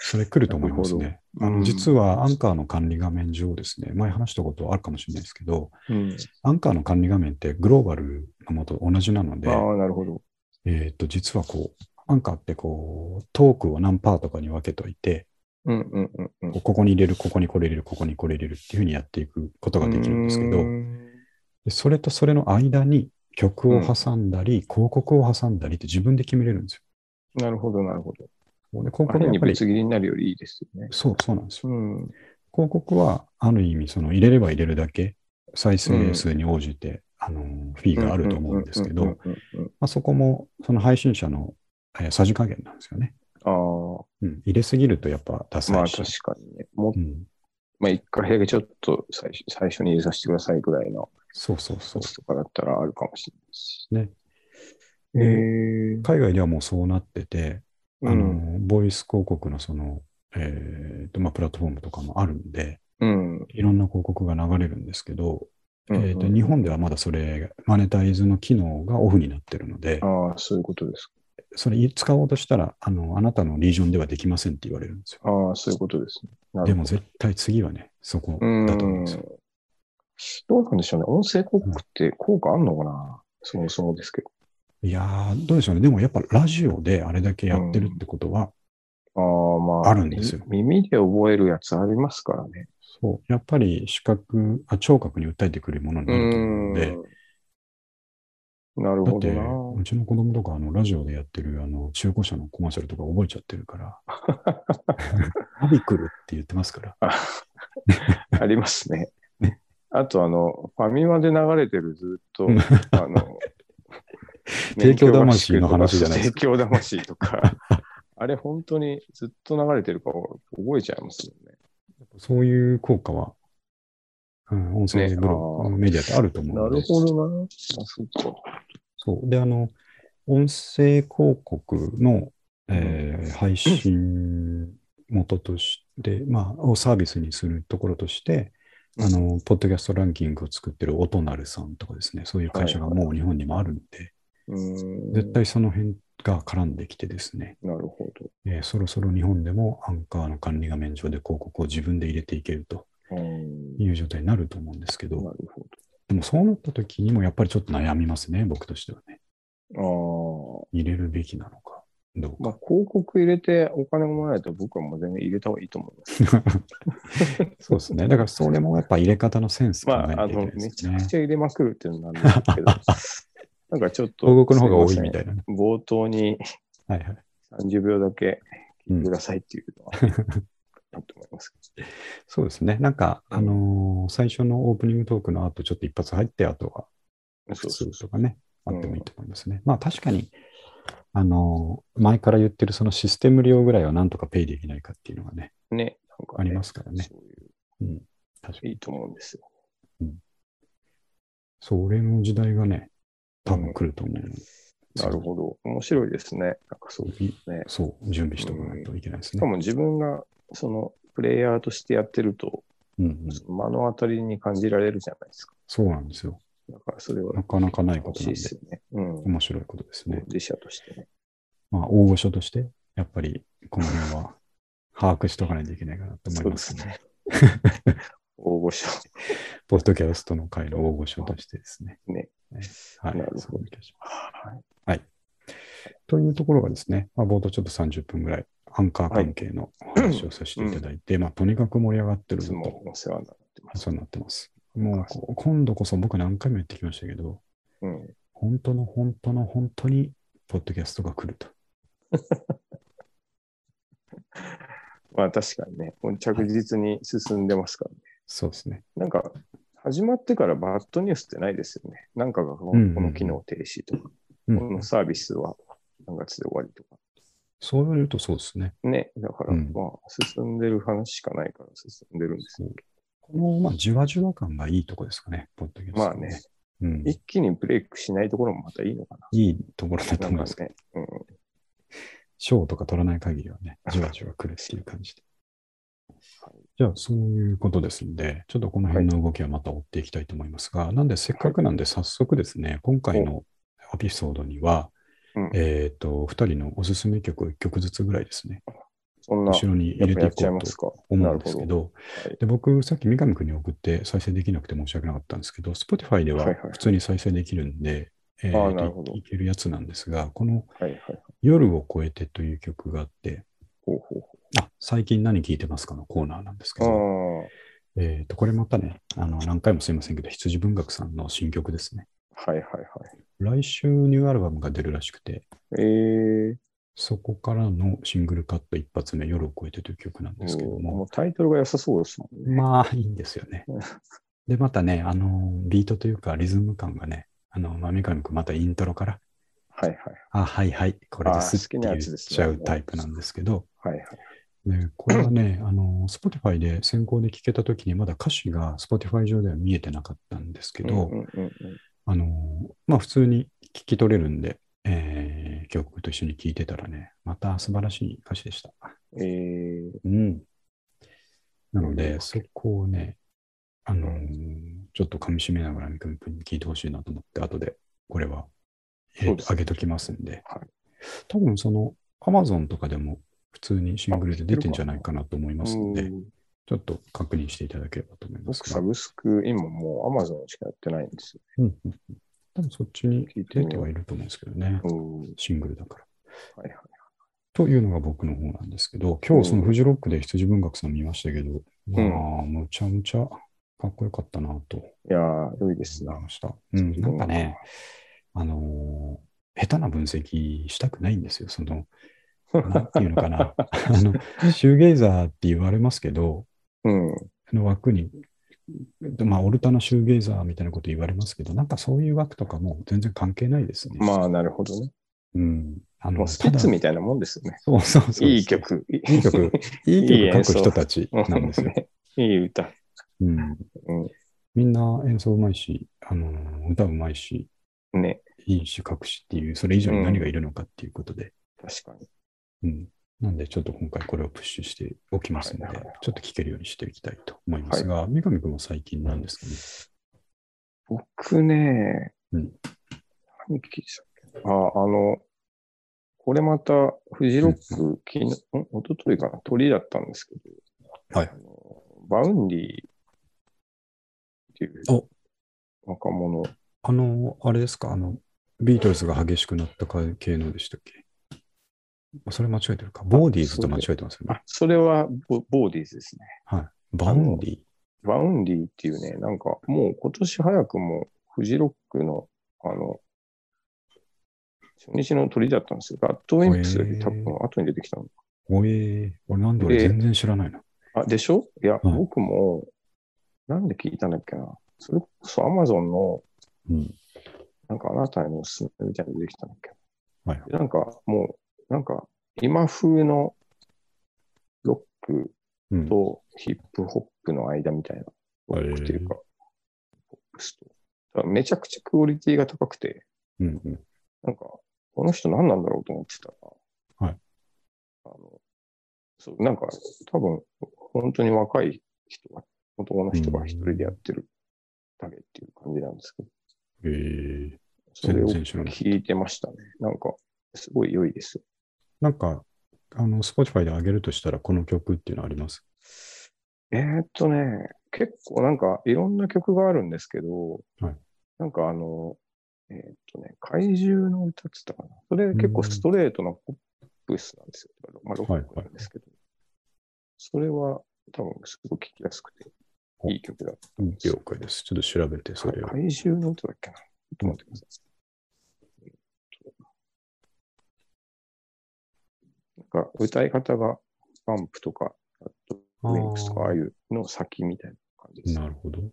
それ来ると思いますね。あの実はアンカーの管理画面上ですね、前話したことあるかもしれないですけど、 うん、 アンカーの管理画面ってグローバルのもと同じなので、 ああ、なるほど。 えっと、実はこう、アンカーってこう、トークを何パーとかに分けといて、 うんうんうんうん。 ここに入れる、ここにこれ入れる、ここにこれ入れるっていうふうにやっていくことができるんですけど、でそれとそれの間に曲を挟んだり、うん、広告を挟んだりって自分で決めれるんですよ。 なるほど、なるほど。 で広告変にぶつ切りになるよりいいですよね。 そう、そうなんですよ。 うん、 広告は、ある意味、その入れれば入れるだけ、再生数に応じて、うん、あのフィーがあると思うんですけど、そこも、その配信者の、えー、さじ加減なんですよね。 ああ、 うん。入れすぎるとやっぱダサいし。 まあ確かにね。も、うん、まあ一回だけちょっと最初最初に入れさせてくださいぐらいの。 そうそうそう。 とかだったらあるかもしれないし。 ね。で、海外ではもうそうなってて、うん、あの、ボイス広告のその、えーとまあ、プラットフォームとかもあるんで、うん、いろんな広告が流れるんですけど、うんうんうん、えーと、日本ではまだそれ、マネタイズの機能がオフになってるので、 ああ、そういうことですか。 それ使おうとしたら、あの、あなたのリージョンではできませんって言われるんですよ。ああ、そういうことですね。でも絶対次はね、そこだと思うんですよ。 どうなんでしょうね。音声広告って効果あんのかな、うん、そもそもですけど。 いやー、どうでしょうね。でもやっぱラジオであれだけやってるってことは、 うん、あまあ、 あるんですよ。 耳で覚えるやつありますからね。 そう。やっぱり視覚、あ聴覚に訴えてくるものになると思うので、 なるほどな。 だって、うちの子供とか、あの、ラジオでやってる、あの、中古車のコマーシャルとか覚えちゃってるから、アビクルって言ってますから。 あ, ありますね。ねあと、あの、ファミマで流れてるずっと、あの、 提供魂の話じゃないですか。提供魂とか、あれ本当にずっと流れてるか覚えちゃいますよね。 そういう効果は、うん、音声ブログ、ね、メディアってあると思うので。 なるほどな。あ、そうか。 そう。で、あの、音声広告の、えー、配信元として、まあ、をサービスにするところとして、あの、ポッドキャストランキングを作ってるオトナルさんとかですね、そういう会社がもう日本にもあるんで、はいはい、絶対その辺が絡んできてですね、 なるほど。 えー、そろそろ日本でもアンカーの管理画面上で広告を自分で入れていけるという状態になると思うんですけど、なるほど。でもそうなった時にもやっぱりちょっと悩みますね、僕としてはね。あ入れるべきなのか、どうか。 まあ、広告入れてお金をもらえたら僕はもう全然入れた方がいいと思います。 そうですね。だからそれもやっぱ入れ方のセンス考えなきゃいけないですね。 まあ、あの、めちゃくちゃ入れまくるっていうのなんですけど、なんかちょっと、 広告の方が多いみたいな、ね。 冒頭にさんじゅうびょうだけ聞いてくださいっていうのは、あると思います。 そうですね。なんか、うん、あのー、最初のオープニングトークの後、ちょっと一発入って、あとは普通とかね、あってもいいと思いますね。うん、まあ確かに、あのー、前から言ってるそのシステム量ぐらいはなんとかペイできないかっていうのがね、 ね、なんかねありますからね。 そういう、 うん、確かにいいと思うんですよ。 うん、それの時代がね、多分来ると思う、うん。 なるほど。面白いですね。なんかそうですね。 そう、準備しておかないといけないですね。 しかも自分が、その、プレイヤーとしてやってると、うんうん、目の当たりに感じられるじゃないですか。 そうなんですよ。 だからそれは、 なかなかないことなんで、 ですよね。うん、 面白いことですね。 自社としてね。 まあ、大御所として、やっぱり、この辺は把握しておかないといけないかなと思いますね。 そうですね。大御所。 ポッドキャストの会の大御所としてですね。 ね。 はい。 なるほど。 はい。はい。というところがですね、まあ、冒頭ちょっとさんじゅっぷんぐらい、アンカー関係のお話をさせていただいて、はい、まあ、とにかく盛り上がってるぞと。 お世話になってます。 お世話になってます。もう、今度こそ僕何回も言ってきましたけど、うん、本当の本当の本当に、ポッドキャストが来ると。 まあ確かにね、着実に進んでますからね。はい、 そうですね。 なんか、始まってからバッドニュースってないですよね。なんかがこの、この機能停止とか、うんうんうん、このサービスは何月で終わりとか。 そう言われるとそうですね。 ね、だから、まあ、進んでる話しかないから進んでるんですけど。 この、まあ、じわじわ感がいいところですかね、ポッドキャスト、ね。 まあね、うん、一気にブレイクしないところもまたいいのかな。 いいところだと思いますね。うん。 賞とか取らない限りはね、じわじわ来るっていう感じで。じゃあ、そういうことですので、ちょっとこの辺の動きはまた追っていきたいと思いますが、はい、なんでせっかくなんで早速ですね、今回のエピソードには、うん、えっと、ふたりのおすすめ曲をいっきょくずつぐらいですね、 そんな、 後ろに入れていやっぱやっちゃいこうとますか。 思うんなるほど。 ですけど、 はい、 で僕、さっき三上君に送って再生できなくて申し訳なかったんですけど、Spotify でははいはいはい。 普通に再生できるんで、 ああ、 えーと、いなるほど。 いけるやつなんですが、このはいはいはい。 夜を越えてという曲があって、 ほうほうあ、最近何聴いてますかのコーナーなんですけど、 ほえーと、これまたね、あの、何回もすいませんけど、羊文学さんの新曲ですね。 ああ、はいはいは来週ニューアルバムが出るらしくて、 い。えー、 そこからのシングルカット一発目、夜を越えてという曲なんですけども、 おもうタイトルが良さそうですもんね。 まあいいんですよね。で、またね、あの、ビートというかリズム感がね、あの、まあ、三上君またイントロから、 はいはい。 あ、はいはい、これでああ、 すっ好きなやて言っつですね。 ちゃうタもイプなんですけど、 うはいはい。 で、これはね、あの、Spotify で先行で聴けたときにまだ歌詞が Spotify 上では見えてなかったんですけうんど、 うんうんうあの、まあ普通に聞き取れるんで、えー曲と一緒に聴いてたらね、また素晴らしい歌詞でした。 ん。えー、 うん。なので、そ夜をけ。 こをね、あのうん。 ーちょっと噛み締めながら三上君に聞いてほしいなと思って、後でこれは入れてそうですね。 あげときますんで、 はい。 多分その Amazon とかでも普通にシあ、 ングルで出てん聞けるかな。 じゃないかなと思いまうすんで、 ん。 ちょっと確認していただければと思います僕、サが、 ブスク、今もう Amazon しかやってないんですよ。 うんうんうん、多分そっちに聞いて出てみよはいると思うんですけどね、 う。うん。 シングルだから。 はいはい。 というのが僕の方なんですけど、今日そのフうん。 ジロックで羊文学さん見ましたけど、まあ、 うん。 むちゃむちゃかっこよかったなといやー、良いですな。 思いました。うん、 自分学は。 なんかね、あのー下手な分析したくないんですよ。その、なんていうのかな。あの、シューゲイザーって言われますけど、 うん。 その枠に、まあ、オルタナシューゲイザーみたいなこと言われますけど、なんかそういう枠とかも全然関係ないですね。 まあ、なるほどね。 うん。あの、 もうスピッただ、 ツみたいなもんですよね。 そうそうそうですね。 いい曲、いいい曲、いいいい曲書く演奏。 人たちなんですよ。 ね、いい歌。 うん。みんな演奏うまいし、あの、歌うまいし、 うん。ね。 いいし書くしっていう、それ以上に何がいうん。 るのかっていうことで、 確かに。 うん。なんで、ちょっと今回これをプッシュしておきますので、 はいはい。 ちょっと聞けるようにしていきたいと思いまはい。 すが、三上君は最近なんですかね。 僕ね、 うん。 何聞いてたっけあ、あの、これまた、フジロッうん。 ク、昨日、ん一昨日かな、鳥だったんですけど、 はい。 あの、バウンディっていうお、 若者。 あの、あれですか、あの、ビートルズが激しくなった系のでしたっけ？それ間違えてるか。 あ、 ボーディーズと間違それ、 えてますよね。 あ、それはボ、ボーディーズですね。 はい。バあの、 ウンディ。 バウンディっていうね、なんかもう今年早くもフジロックの、あの、初日の鳥だったんですよ。ラッドウィおンプスより多分えー、 後に出てきたの。 おえー、俺なんで俺で、 全然知らないな。 あ、でしょいや、 はい。 僕も、なんで聞いたんだっけな。それこそ Amazon の、 うん。 なんかあなたへのおすすめみたいなの出てきたんだっけはい。 な。なんかもう、なんか今風のロックうん。 とヒップホップの間みたいな、ロえックっていうー、 か、ポップスと。だからめちゃくちゃクオリティが高くて、 うんうん。 なんか、この人何なんだろうと思ってたら、 はい。 あの、そう、なんか、多分、本当に若い人が、男のう人が一人でやっん。 てるだけっていう感じなんですけど、 えー、全それを然知らなかった。 聞いてましたね。なんか、すごい良いですよ。 なんか、あの、Spotify で上げるとしたら、この曲っていうのはあります？ えーっとね、結構なんかいろんな曲があるんですけど、 はい。 なんかあの、えーっとね、怪獣の歌って言ったかな。それう結構スん。 トレートなポップスなんですよ。まあ、ロッはいはい。 クなんですけど。それは多分すごく聴きやすくていい曲だと思います。 了解です。ちょっと調べて、そかれを。 怪獣の歌だっけな。ちょっとうん。 待ってください。なんか歌い方がパンプとか、ラッドあウィンプスとか、ああいあ、 うの先みたいな感じです。 なるほど。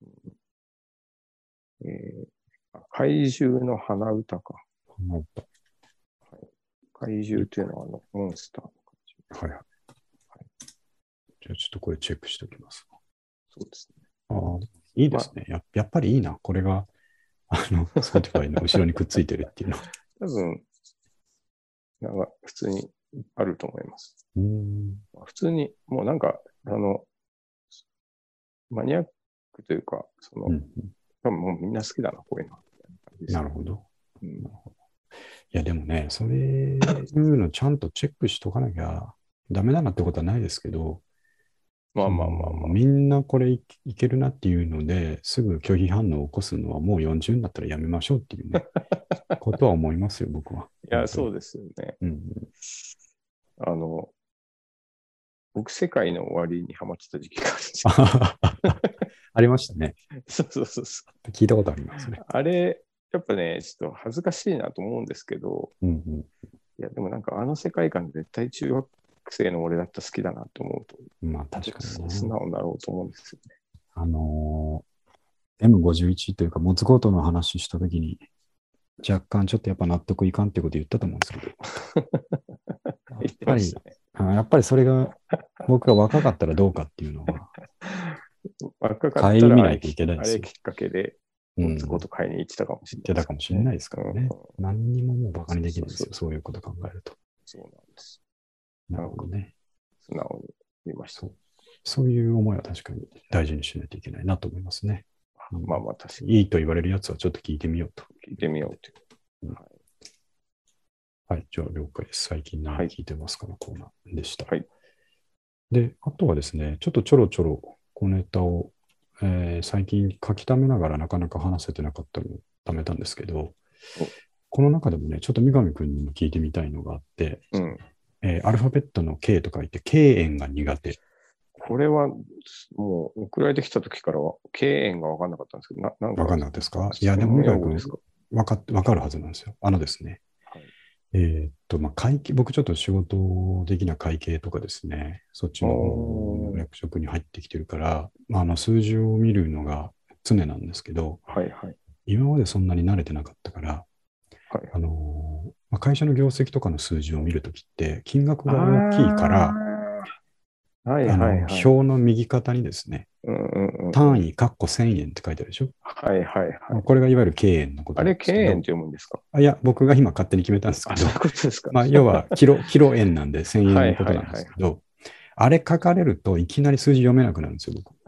えー、怪獣の花歌か。 なんかはい、怪獣というのはあのモンスターの感じ。 はいはい。 はい、 じゃあちょっとこれチェックしておきます。 そうですね。 ああ、いいでまあ、 すね。や、やっぱりいいな。これが、あの、Spotify の後ろにくっついてるっていうのは。 多分、なんか普通にあると思います。 うーん。 普通に、もうなんか、あの、マニアックというか、その、 うんうん、 多分もうみんな好きだな、こういうの。 なるほど。 うん、 いや、でもね、そういうのちゃんとチェックしとかなきゃダメだなってことはないですけど、 まあまあまあまあ。 みんなこれい、いけるなっていうのですぐ拒否反応を起こすのはもうよんじゅうになったらやめましょうっていうね、ことは思いますよ、僕は。 いや、そうでですよね。 す。うん、 あの、僕、世界の終わりにハマってた時期があるんですありましたね。 よ。そうそうそうそ聞いたことありますね。 う。あれ、やっぱね、ちょっと恥ずかしいなと思うんですけど、 うんうん、 いや、でもなんかあの世界観絶対中学生の俺だったら好きだなと思うと、 まあ確かにね。 素直になろうと思うんですよね。 あのー、エムごじゅういち というか、モツゴートの話したときに、若干ちょっとやっぱ納得いかんってこと言ったと思うんですけど、や言ってっぱり、 ましたね。 あやっぱりそれが僕が若かったらどうかっていうのは、 若かった顧みらあれないといけないですよ。 あれきっかけで、 うん。 もつごと買いに行ってたかもしれない言ってたかもしれないですからね。 うん何にももうバカにできないですよ。 そうそうそういうこと考えると。 そうなんです。 なるほどね。 素直に言いました。 そう。そういう思いは確かに大事にしないといけないなと思いますね。うんまあまあ確かにいいと言われるやつはちょっと聞いてみようと。 聞いてみようという。はいはい、じゃあ了解です。最近何聞いてますかのコーナーでした。 はい。 で、あとはですね、ちょっとちょろちょろ小ネタを、えー最近書き溜めながらなかなか話せてなかったのを溜めたんですけど、この中でもね、ちょっと三上君にも聞いてみたいのがあって、 うん。 えーアルファベットの K と書いて、敬遠が苦手。 これはもう送られてきた時からは敬遠が分かんなかったんですけど、ななんかわかんなかったですか？いや、でも三上君ですか？ わかっわかるはずなんですよ。あのですね、 はいえーっと、まあ、会計、僕ちょっと仕事的な会計とかですね、そっちの方の役職に入ってきてるから、まあ、あの数字を見るのが常なんですけど、 はいはい今までそんなに慣れてなかったから、 はい。 あのーまあ、会社の業績とかの数字を見るときって、金額が大きいから、 あーはいあのはいはい。 表の右肩にですね、 うんうんうん、 単位、かっこせんえんって書いてあるでしょ。 はいはいはい。 これがいわゆる敬遠のことあれ、 なんですけど。 敬遠って読むんですか？ あいや、僕が今勝手に決めたんですけあ、 どそういう、ことですか。 まあ、要はキロ、キロ円なんでせんえんのことなんですけど、 はいはいはいあれ書かれるといきなり数字読めなくなるんですよ、僕。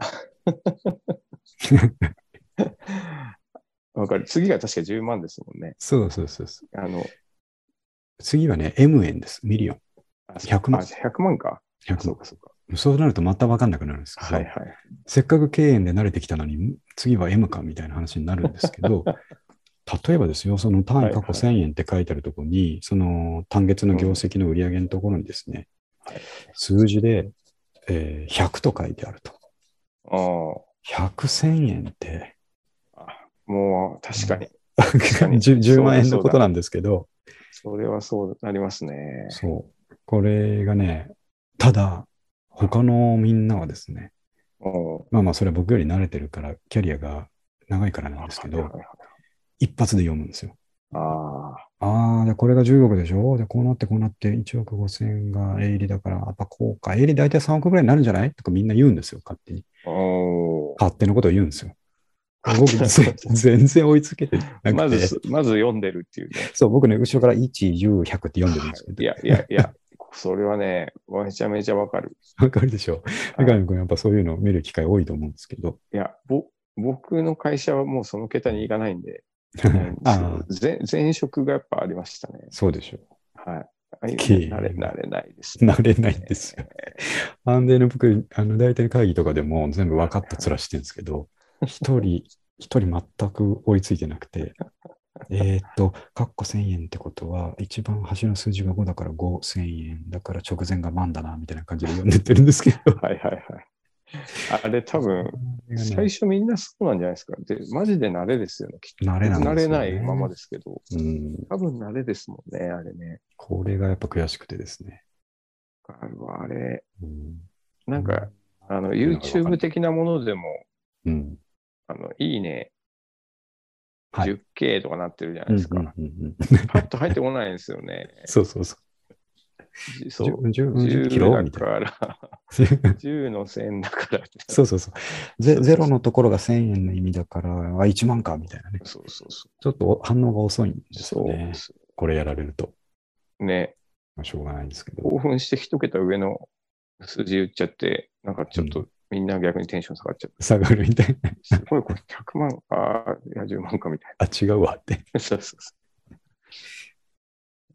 わかる。次が確かじゅうまんですもんね。 そうそうそうそう。 あの、 次はね、M 円です。ミリオン。 あ、 ひゃくまん。 あひゃくまんか。 ひゃくまん。 そうかそうか。 そうなるとまた分かんなくなるんですけど、 はいはい。 せっかく敬遠で慣れてきたのに、次は M かみたいな話になるんですけど、例えばですよ、その単位過去せんえんって書いてあるところに、その単月の業績の売上のところにですね、 はい、 数字で、えーひゃくと書いてあると。 あひゃく、せんえんって、 あ、もう確かに。確かに 10, じゅうまん円のそうだことなんですけど、 それはそうなりますね。 そう。これがね、ただ、他のみんなはですね、 うんまあまあ、それは僕より慣れてるから、キャリアが長いからなんですけど、 はいはいはい一発で読むんですよ。 あああ、で、これがじゅうおくでしょで、こうなってこうなっていちおくごせんが営利だから、やっぱこうか。営利大体さんおくぐらいになるんじゃないとかみんな言うんですよ、勝手に。 あ、お勝手なことを言うんですよ。僕、ぜ全然追いつけてなくて。 まず、まず読んでるっていうね。 そう、僕ね、後ろからいち、じゅう、ひゃくって読んでるんですけど。 いやいやいや、それはね、めちゃめちゃわかる。 わかるでしょ。 はい三上君、やっぱそういうのを見る機会多いと思うんですけど。 いや、ぼ僕の会社はもうその桁にいかないんで、ないんですけあど前前職がやっぱありましたね。 そうでしょはい。ああいう経営の慣れ、慣れないですう。 ね。 慣れないんですよ。なんでね、僕、あの、大体会議とかでも全部分かった面してるんですけど、一人、一人全く追いついてなくて、えーっと、かっこせんえんってことは、一番端の数字がごだからごせんえんだから直前が万だな、みたいな感じで読んでってるんですけど。 はいはいはい。あれ多分、 ね最初みんなそうなんじゃないですか。で、マジで慣れですよね。きっと慣れなんですよね慣れないままですけど、 うん、 多分慣れですもんね、あれね。 これがやっぱ悔しくてですね。 あれはあれ、 うん、 なんか、あの、 っていうのが分かんない YouTube 的なものでも、 うん。 あの、いいね、 はい。 じゅっケー とかなってるじゃないですか。 うんうんうんうん、 パッと入ってこないんですよね。 そうそうそう。 じそう。 じゅう、じゅうキロみたいな。 だから、じゅうの線だから。 そうそうそうゼ。ゼロのところがせんえんの意味だから、あ、いちまんか、みたいなね。 そうそうそう。 ちょっと反応が遅いんですよそうね。 です。 これやられると。 ね。 まあ、しょうがないんですけど。 興奮して一桁上の数字言っちゃって、なんかちょっとみんな逆にテンション下がっちゃって。 下がるみたいな。 すごい、これひゃくまん、ああ、いや、じゅうまんかみたいあ、違うわって。 な。そうそうそ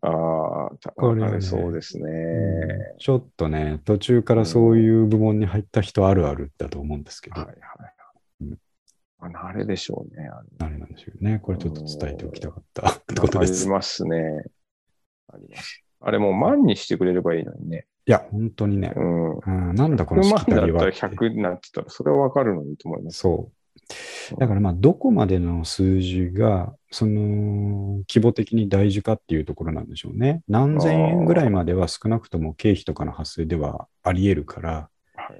ああ、 これはねあれそうですね。 うん、ちょっとね、途中からそういう部門に入った人あるあるだと思うんですけど、 はいはい。 うん、 あのあれでしょうね。ああれなんでしょうね。これちょっと伝えておきたかったってのことです。 ありますね。あります。あれもう万にしてくれればいいのにね。 いや、本当にね、 うん。 うん、なんだこの 100 しきた万だったらりはって。 ひゃくになってたら、それはわかるのにと思います。 そう。だからまあ、どこまでの数字が、その、規模的に大事かっていうところなんでしょうね。何ああ、 千円ぐらいはまでは少なくとも経費とかの発生ではあり得るから、 いはい。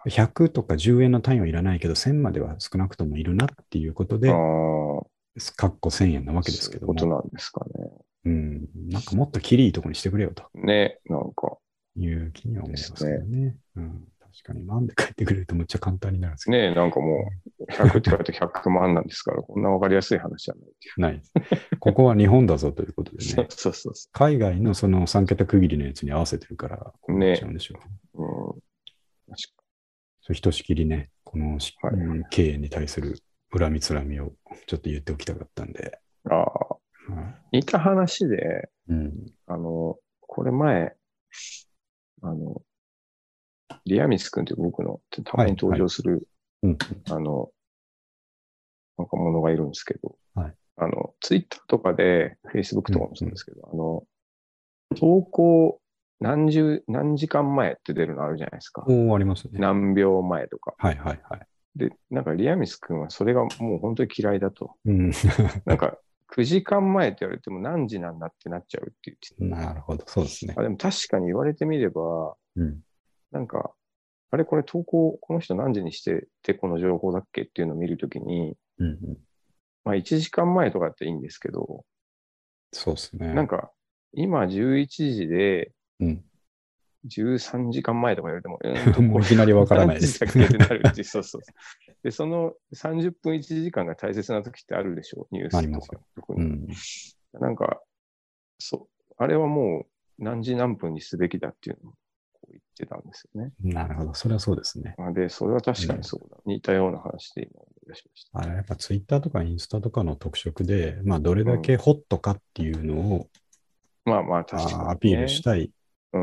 ひゃくとかじゅうえんの単位はいらないけど、せんまでは少なくともいるなっていうことあで、 あ、 かっこせんえんなわけですそういうけども、 ことなんですかね。 うん、なんかもっときりいいとこにしてくれよとね、なんかいう気には思いますけどですね。 ね。うん、確かに、なんで帰ってくれるとむっちゃ簡単になるんですけど。 ね、なんかもうひゃくって書いてひゃくまんなんですから、こんなわかりやすい話じゃないっていないです。ここは日本だぞということでう。 ね。 そうそうそ海外のそのさん桁区切りのやつに合わせてるから、こう。 うなっちゃね、 うんでしょうけど。 うん、確そうひとしきりね、このし、 かに。はい。 うん経営に対する恨みつらみをちょっと言っておきたかったんで。 ああ、 は似た話で、 い、うん。 あの、これ前、あの、リアミス君って僕のたまに登場する、 うん。 あの、なんかものがいるんですけど、 はい。 あの、ツイッターとかで、フェイスブックとかもそううんですけど、あの、投稿何十、何時間前って出るのあるじゃないですか。 おー、ありますね。 何秒前とか。 はいはいはい。 で、なんかリアミス君はそれがもう本当に嫌いだと。 うん。 なんかくじかんまえって言われても何時なんだってなっちゃうって言ってて。 なるほど、そうですね。 あ、でも確かに言われてみれば、 うん。 なんか、あれこれ投稿、この人何時にしててこの情報だっけっていうのを見るときに、 うん、うん。 まあいちじかんまえとかっていいんですけど、 そうですね。 なんか今じゅういちじでうん。 じゅうさんじかんまえとか言われても、うーんと、 もこれういきなりわからない何です。 時だっけってなるっていう、そうそう。で、そのさんじゅっぷんいちじかんが大切な時ってあるでしょう、ニュースとか。 ありますよ。 特に。 うん。 なんか、そう。あれはもう何時何分にすべきだっていうのをこう言ってたんですよね。 なるほど、それはそうですね。 あで、それは確かにそうだ。似たような話で今思い出しましあれ、やっぱツイッターとかインスタとかの特色で、まあ、どれた。うだけん。 ホットかっていうのを、 まあまあ確かあーアピールにね。 したい、 うん。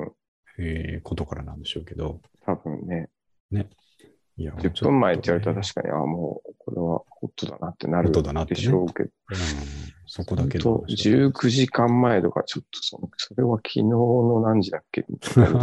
えーことからなんでしょうけど、 多分ね。 ね。いや、も 10 うちょっ分前ってと、 言われたらね、 確かに、ああ、もうこれはホットだなってなホットるでだなってね。 しょうけど、 うん、そこだけのと話だじゅうくじかんまえとか、ちょっとその、それは昨日の何時だっけみたいな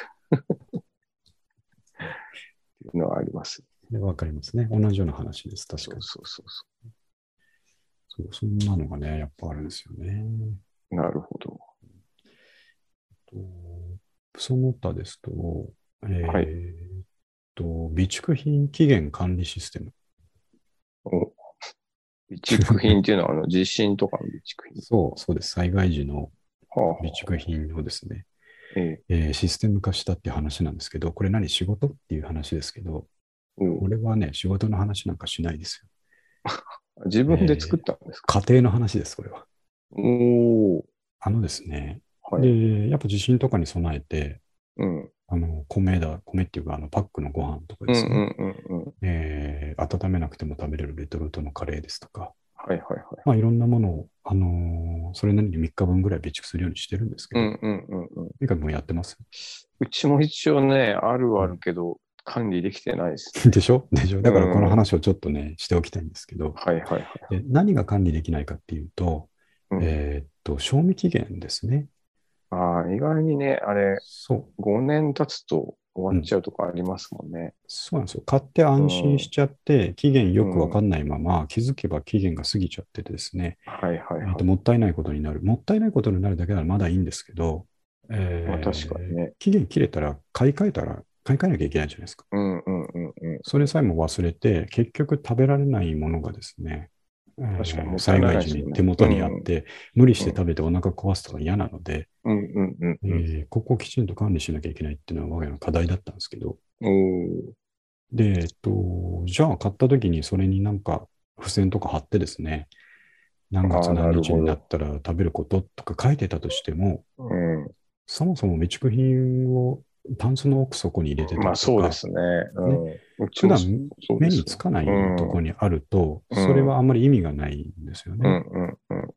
っていうのはあります。 でわかりますね。同じような話です。確かに。 そうそうそうそそう、そんなのがね、やっぱあるんですよね。 う。なるほど。 とその他ですと、 はい。 えーっと、備蓄品期限管理システム。 お備蓄品っていうのは、あの、地震とかの備蓄品。 そう、そうです。災害時のはあ、は備蓄品をですね、 あ、ええ、 えーシステム化したっていう話なんですけど、これ何仕事っていう話ですけど、 うん。 これはね、仕事の話なんかしないです自よ。 分で作っえたんですか？ ー家庭の話です、これは。 おー、 あのですね、 はい。 で、やっぱ地震とかに備えて、 うん。 あの、米だ、米っていうか、あの、パックのご飯とかうんうですね、 んうんうん。 えー温めなくても食べれるレトルトのカレーですとか、 はいはいはい。 まあ、いろんなものを、あのーそれなりにみっかぶんぐらい備蓄するようにしてるんですけど、 うんうんうんうん。 とにかくもうやってます。 うちも一応ね、あるはあうん、 るけど、管理できてないですね。 でしょでしょうだからこのん。 話をちょっとね、しておきたいんですけど、 はいはいはい。 で何が管理できないかっていうと、 うん。 えーっと、賞味期限ですね。 ああ、意外にね、あれ、 そごねん経つと終う。うん。 わっちゃうとかありますもんね。 そうなんですよ。買ってう安心しん。 ちゃって、期限よくわうん。はいかんないまま、気づけば期限が過ぎちゃっててですね、 はいえーっと、 はい。 もったいないことになる。もったいないことになるだけならまだいいんですけど、 まあ確かにえーね。 期限切れたら買い替えたら、買い替えなきゃいけないじゃないですか。 うんうんうんうん。 それさえも忘れて、結局食べられないものがですね、えー確かにもったい災害時ないですもんね。 に手元にあっうん。 て、無理してうん食べてお腹壊すとか嫌なので、 うんうんうんえうん。 ーここをきちんと管理しなきゃいけないっていうのは我が家の課題だったんですけど、 おー。 で、えっと、じゃあ買った時にそれになんか付箋とか貼ってですね、何月ああ、な何日になっるほど。 たら食べることとか書いてたとしても、 うん。 そもそも備蓄品をタンスの奥底に入れてたまありとか、 そうですね。 ね、 うん。うちもそ普段そうですね。 目につかなうん。 いところにあると、 うん。 それはあんまり意味がないんですよね。 うんうんうんうん。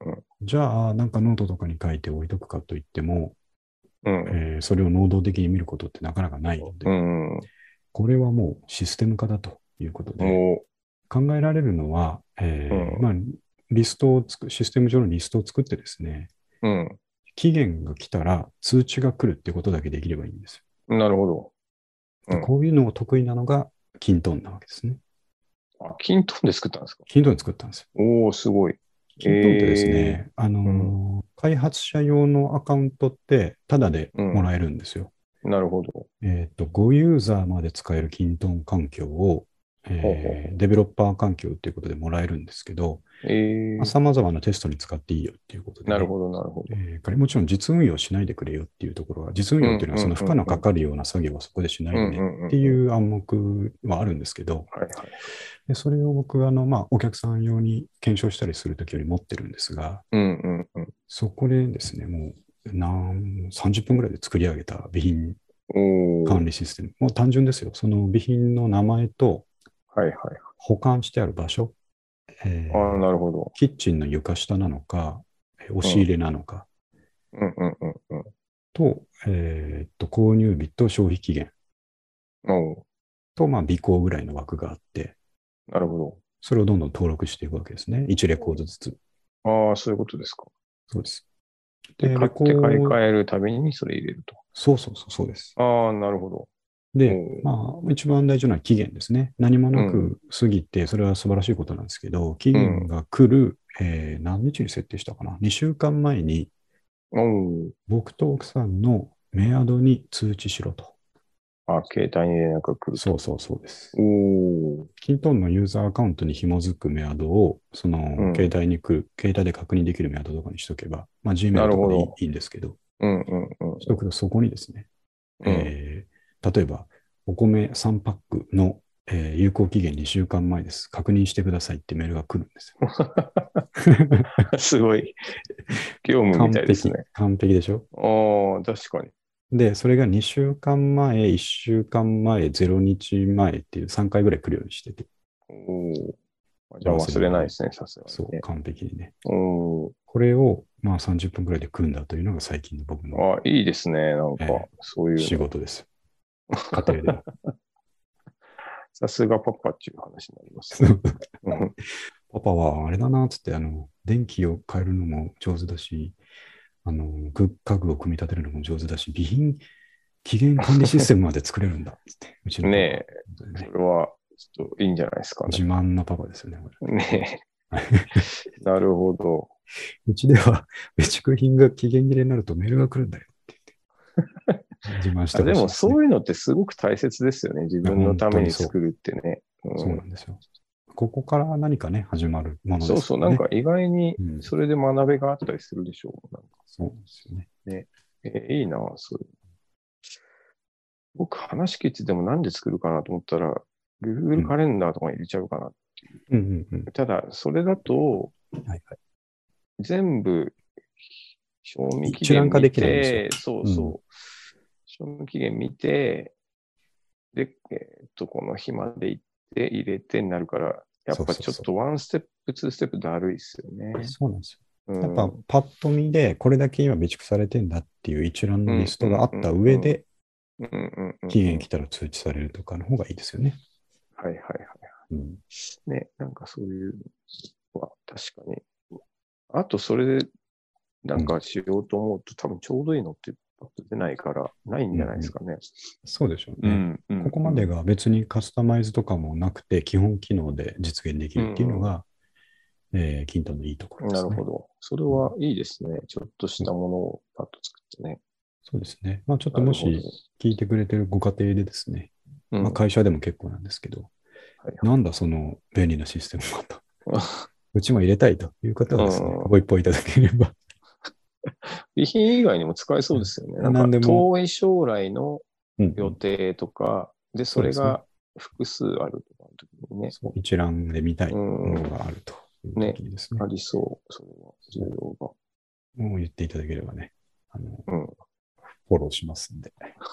じゃあ、なんかノートとかに書いて置いとくかといっても、 うん。 えーそれを能動的に見ることってなかなかないのうで、 ん。 これはもうシステム化だということで、 も考えられるのは、 う、うえーん。 まあ、リストをつく、システム上のリストを作ってですね、 うん。 期限が来たら通知が来るっていうことだけできればいいんですなるほど。うよ。で、 ん。 こういうのを得意なのがキントンなわけですね。 あ、キントンで作ったんですか？ キントンで作ったんですよ。 おー、すごい。 キントンってですええね、あー、うん。 のー開発者用のアカウントってタダでうん。 もらえるんですよ。 なるほど。 えっと、ごユーザーまで使えるキントン環境を、 ほうほうほえーデベロッパー環境っていうことでもらえるんですけど、 う。ええー、 さまざまなテストに使っていいよっていうことでね、 なるほど、なるほど。 えーこれもちろん実運用しないでくれよっていうところは、実運うん、 用っていうのはそうん、うん、 の負荷のかうん。 かるような作業はそこでしないうん、 でねうん、うん、 っていうん。 う暗黙はあるんですけど、 はい、はい。 でそれを僕はあの、まあ、お客さん用に検証したりするときより持ってるんですが、 うん、うん、うん。 そこでですね、もう何さんじゅっぷんぐらいで作り上げた備品おー、 管理システム。もう単純ですよ。その備品の名前とはい、はい。 保管してある場所、 ああ、 えーなるほど。 キッチンの床下なのか、えー押うん、 し入れなのかうん、うん、うん、うん。 と、えーっと、購入日と消費期限おー、 と、まあ、尾行ぐらいの枠があって、 なるほそれをどんどん登録していくわけですね。いちレコードずつ。 ど。ああ、そういうことですか。 そうです。 で、 で、レ買って買いコード、 替えるたびにそれ入れると。 そうそうそう、そうです。 ああ、なるほど。おで、 ー、 まあ、一番大事なのは期限ですね。何もうん、 なく過ぎて、それは素晴らしいことなんですけど、期うん。 限が来る、えー何日に設定したかな？ に 週間前に、 おー、 僕と奥さんのメアドに通知しろと。 あ、携帯に連絡が来ると。 そうそうそうです。 おー、 キントンのユーザーアカウントに紐づくメアドを、その携うん。 帯に来る、携帯で確認できるメアドとかにしとけば、まあ、 な Gmail とかでいいるほど。 いいんですけど、 うん、うん、うん、 しとくとそこにですね、 うん。 えー例えば、お米さんパックの、えー有効期限にしゅうかんまえです。確認してくださいってメールが来るんですよ。 すごい。業務みた完璧、 いですね。 完璧でしょ？ ああ、確かに。 で、それがにしゅうかんまえ、いっしゅうかんまえ、ゼロにちまえっていうさんかいぐらい来るようにしてて、 おお。じゃあ忘忘れないように。 れないですね、さすがそう、 にね。 完璧にね。 おこれを、まあさんじゅっぷんぐらいで組んだというのが最近の僕の、 お。あ、いいですね。なんか、 えーそういうの。 仕事です。家庭での。 さすがパパっていう話になりますね。うんパパはあれだな、つって、あの、電気を変えるのも上手だし、あの、グ家具を組み立てるのも上手だし、備品、期限管理システムまで作れるんだ、つって、うちのパパは。 ねえ、そね、 れは、ちょっといいんじゃないですかね。 自慢なパパですよね、これ。 ねえ、なるほど。 うちでは、備蓄品が期限切れになるとメールが来るんだよって言って、自慢してあ、でもほしいですね。 そういうのってすごく大切ですよね。自いや、 分の本ために当にそう。 作るってね。 そううん、 なんですよ。ここから何かね、始まるものでそうそう、 すからね。 なんか意外にうん。 それで学べがあったりするでしょう。なんかそうなんですよね。 ね。えーいいな、そういう。僕話聞いてても何で作るかなと思ったら、 う Google ん。 カレンダーとか入れちゃうかな。 うんうんただ、それだと、 うん。はいはい。 全部、賞味期一覧限見化できないんですよ。 て、そううん。 そう、賞味期限見て、で、えーっと、この日まで行って入れてになるから、やっそうそうそぱちょっとワンステップ、ツーステップだるいっすよう。 ね。 そうなんですよ。やっぱうん。うん、 パッと見でこれだけ今備蓄されてんだっていう一覧うん、 のリストがあったうん、うん。 上でうん、うん、うん。 期うん、 限来たら通知されるとかの方がいいですよね。 はいはいはい。 うん。 ね、なんかそういうのは確かに。あと、それでなうん。 んかしようと思うと、多分ちょうどいいのってパッと出ないから、ないんじゃないでうんうん。 すかね。 そうでしょうね。 うん、うん、 ここまでうん。 が別にカスタマイズとかもなくて基本機能で実現できうるっていうのん、 が、えー、キントンのいいところうん。 ですね。 なるほど。それうん、 はいいですね。ちょっとしそうたものをパッと作ってね。 そうですね。まあちょっとなるほど。 もし聞いてくれてるご家庭でですね、まあ、 うん。 会社でも結構なんですけど、 はいなんだその便利なシステムはと、 はうちも入れたいという方い。うはですね、 ん。 ご一報いただければ、 備品以外にも使えそうですよね。なんか何でも、 遠い将来の予うんうん、 定とか、で、そそうですね。 れが複数あるとかの時にね。 そう一覧で見たういものん。 があるというね。 時にですね、 ありそう。それは重そ要が。 うもう言っていただければね、あの、 うん。 フォローしますんで。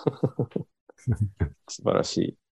素晴らしい。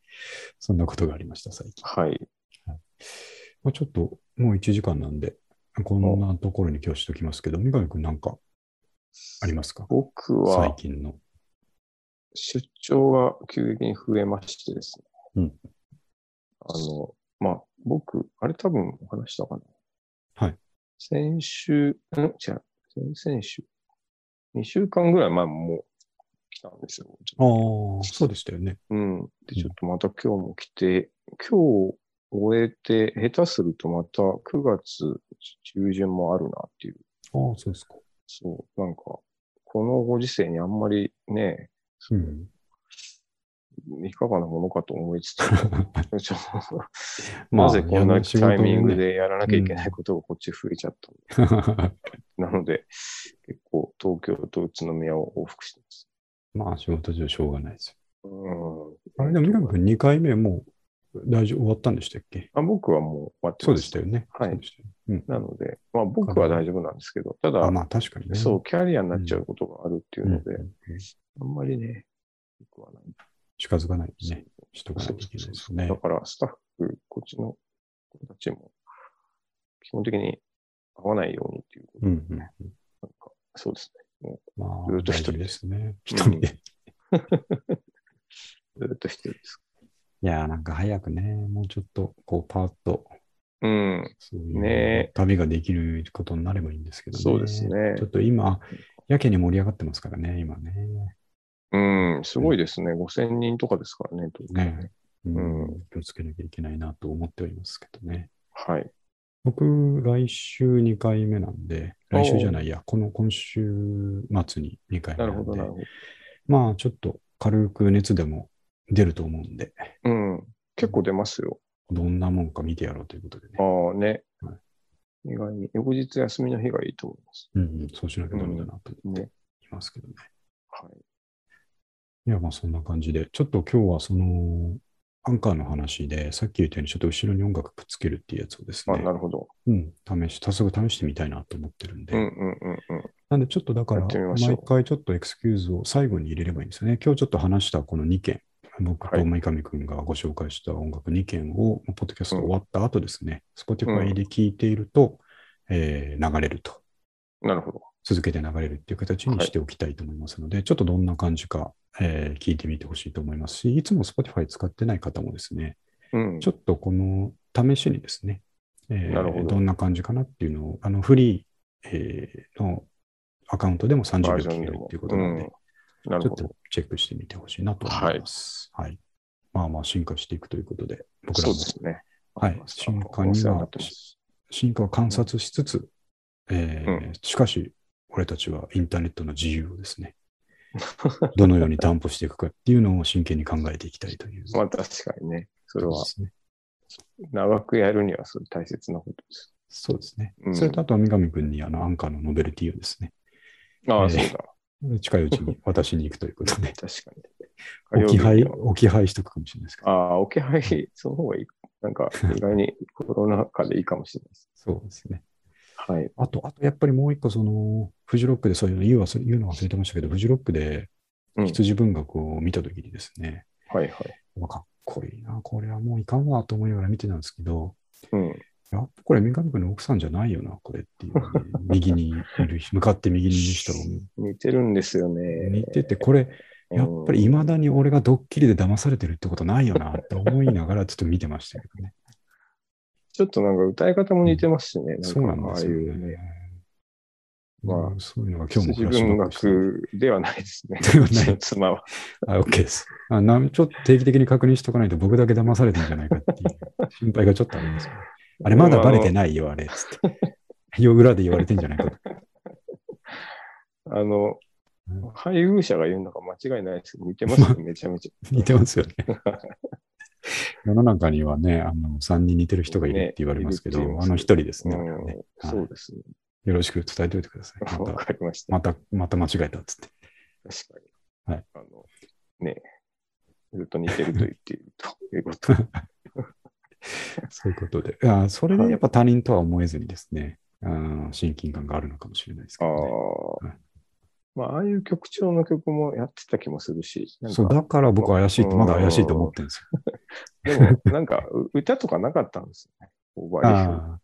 そんなことがありました、最近。 はい。 はい、もうちょっと、もういちじかんなんで、 こんなところに今日しときますけど、三上くんなんかありますか？ 僕最は近の。 出張が急激に増えましてですね。 うん。 あの、まあ、僕、あれ多分お話したかな。 はい。 先週、ん違う、先々週。にしゅうかんぐらい前ももう来たんですよ。 ああ、そうでしたよね。 うん。で、ちょっとまた今日も来て、今日終えて、下手するとまたくがつ中旬もあるなっていう。 ああ、そうですか。 そう、なんか、このご時世にあんまりね、 うん。 いかがなものかと思いつつも、ちょなぜまあ、 こんなやんな仕タイミング事でね。 でやらなきゃいけないことがこっち増えちゃったの。なので、結構東京と宇都宮を往復してます。 まあ、仕事上しょうがないですうん。 よ。あれ、でも、三上くんにかいめもう大丈夫、終わったんでしたっけ？ あ、僕はもう終わってそうます。 でしたよね。 はい。 そうでしたよね。 なので、まあうん。 僕は大丈夫なんですけど、たあ、 だ、 まあ、確かにね。 そう、キャリアになうん。 っちゃうことがあるっていううん。 ので、 うんうんあんまりね、僕はない。 近づかないそうね。しとかなそういといけないそうそう。 ですよね。 だから、スタッフ、こっちの子たちも、基本的に会わないようにっていうことで、 うんうんうん。 なんか、そうですね。もまう、ずあ、大事でっと一人で。 すね。一うん。 人で。 ずっと一人です。 いやー、なんか早くね、もうちょっと、こう、パーッと、 うん。 そういねうえ、 旅ができることになればいいんですけどそうですね。ちょね。 っと今、やけに盛り上がってますからね、今ね。 うん、すうんごいですね。ごせんにんとかですからね、東京ね。 ね。 ううん。 ん、気をつけなきゃいけないなと思っておりますけどね。 はい。 僕、来週にかいめなんで、来週じゃなおー、 いや、この今週末ににかいなるほど、なめなんで、 るほまあ、ちょっと軽く熱でも出ると思うんで、 ど。うん。結構出ますよ。 どんなもんか見てやろうということでね。 ああね。 はい意外に、翌日休みの日がいいと思います。 うんうん、そうしなきゃダメだなと思ってね。 いますけどね。 はい。 いや、まあそんな感じで、ちょっと今日はその、アンカーの話で、さっき言ったようにちょっと後ろに音楽くっつけるっていうやつをですあ、 ね、 なるほど。 うん、試し、早速試してみたいなと思ってるんで、 うんうんうんうん。 なんでちょっとだかやっら、 てみましょう。 毎回ちょっとエクスキューズを最後に入れればいいんですよね。今日ちょっと話したこのにけん、僕とはい。 三上くんがご紹介した音楽にけんを、ポッドキャスト終うん。 わった後ですね、 う Spotify ん。 で聞いていると、えー流れると。 なるほど。 続けて流れるっていう形にはい。 しておきたいと思いますので、ちょっとどんな感じか、えー聞いてみてほしいと思いますし、いつも Spotify 使ってない方もですね、 うん。 ちょっとこの試しにですね、えーどなるほど。 んな感じかなっていうのを、あのフリー、えーのアカウントでも30 バー秒ジョンでも。 聞けるっていうことうん。 なんで、ちょっとなるほど。 チェックしてみてほしいなと思はい。 います。はい。まあまあ進化していくということで、僕らも、 そうですね。わはい、 かりました。 進化お世話になには、 ってます。 進化を観うん。 察しつつ、えうん。 ーしかし、俺たちはインターネットの自由をですね、どのように担保していくかっていうのを真剣に考えていきたいというまあ確かにね。それはことですね。 長くやるにはそれ大切なことです。 そうですね。 うん。 それとあとは三上君にあのアンカーのノベルティをですね、 ああ、 えそうだ。 ー近いうちに渡しに行くということで、 確かに。火曜置き配、 日には。 置き配しとくかもしれないですけど。 ああ、置き配、その方がいい。なんか、意外にコロナ禍でいいかもしれないです。 そうですね。 はい。 あと、あとやっぱりもう一個、その、フジロックでそういうの言う忘れ言うの忘れてましたけど、フジロックでうん。 羊文学を見たときにですね、 はいはい。 まあかっこいいな、これはもういかんわと思いながら見てたんですけど、 うん。 やっぱこれ三上君の奥さんじゃないよな、これっていうので、右にいる、向かって右にいる人が似てるんですよね。 似てて、これ、やっぱり未だに俺がドッキリで騙されてるってことないよなって思いながらちょっと見てましたけどね。 ちょっとなんか歌い方も似てますしね。なんそうなか、ああんですよいうね。 ね。 まあうんそういうのが今日もフ羊ラッシュ文バックしてる。 学ではないですね。 ではないうちの妻は。 あ、OK です。あなんちょっと定期的に確認しとかないと僕だけ騙されてんじゃないかっていう心配がちょっとありますね。あれまだバレてないよ、あれ。つって。よ裏で言われてんじゃないかと。 あの、 うん配偶者が言うのが間違いないですけど、似てますね、めちゃめちゃ。 似てますよね。世の中にはね、あの、さんにん似てる人がいるってね、 言われますけど、 いるって言いますあの一人ですね、 うんあれはね。はいそうですね。 よろしく伝えておいてください。まわた、 かりました。 また、また間違えたっつって。 確かに。 はい。 あの、ね、ずっと似てると言っているということ。 そういうことで。あそれではいやっぱ他人とは思えずにですね、あ親近感があるのかもしれないですけあどね。 あ、 はいまあ、ああいう曲調の曲もやってた気もするし、なんそう、 か、 だから僕は怪しいと、まだ怪しいと思ってるんですよ。 でも、なんか、う歌とかなかったんですよね。オーバーリフ。 あ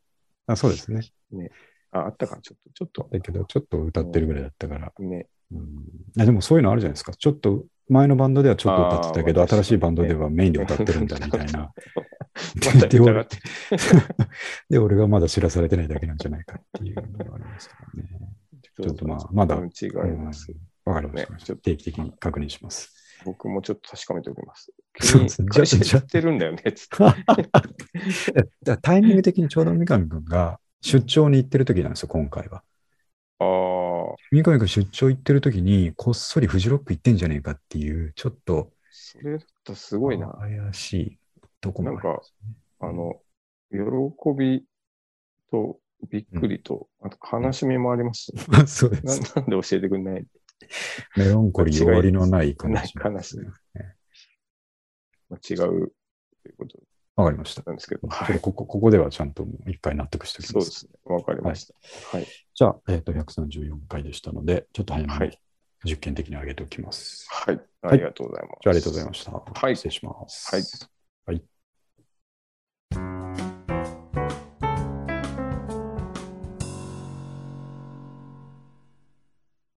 あ、そうですね。 ね。あ、あったかな、ちょっと、ちょっと。 だけど、ちょっと歌ってるぐらいだったから。 ね。 うん、いやでもそういうのあるじゃないですか。ちょっと、前のバンドではちょっと歌ってたけど、 あーまあ新しいバンドで確かはメインで歌ってるんだみたいな。 またで、俺疑ってる。 で、俺がまだ知らされてないだけなんじゃないかっていうのがありますからね。ちょっとまあ、まだ、 うん違います。 わ、うん、かりました、 ねちょっと定期的に確認します。 僕もちょっと確かめておきます。 そうですね。 会社知ってるんだよね、つって。 だタイミング的にちょうど三上君が出張に行ってる時なんですよ、今回は。 ああ。 三上君出張行ってる時に、こっそりフジロック行ってんじゃねえかっていう、ちょっと、 それだったらすごいな。 怪しいとこもあります、ね、 なんか、あの、喜びとびっくりと、うん、あと悲しみもあります、ね。 うん、そうです。 な。なんで教えてくんないメロンコリー終わりのない悲しみ、 ね、悲しみ。違うということわかりました。 なんですけど、 はい、ここここではちゃんと一回納得しておきます。 そうですね。わかりました。はい。はい、 じゃあ、えっと、ひゃくさんじゅうよんかいでしたので、ちょっと早めに実験的に上げておきます。 はい。ありがとうございます。 じゃあ、ありがとうございました。 はい。 失礼します。 はい。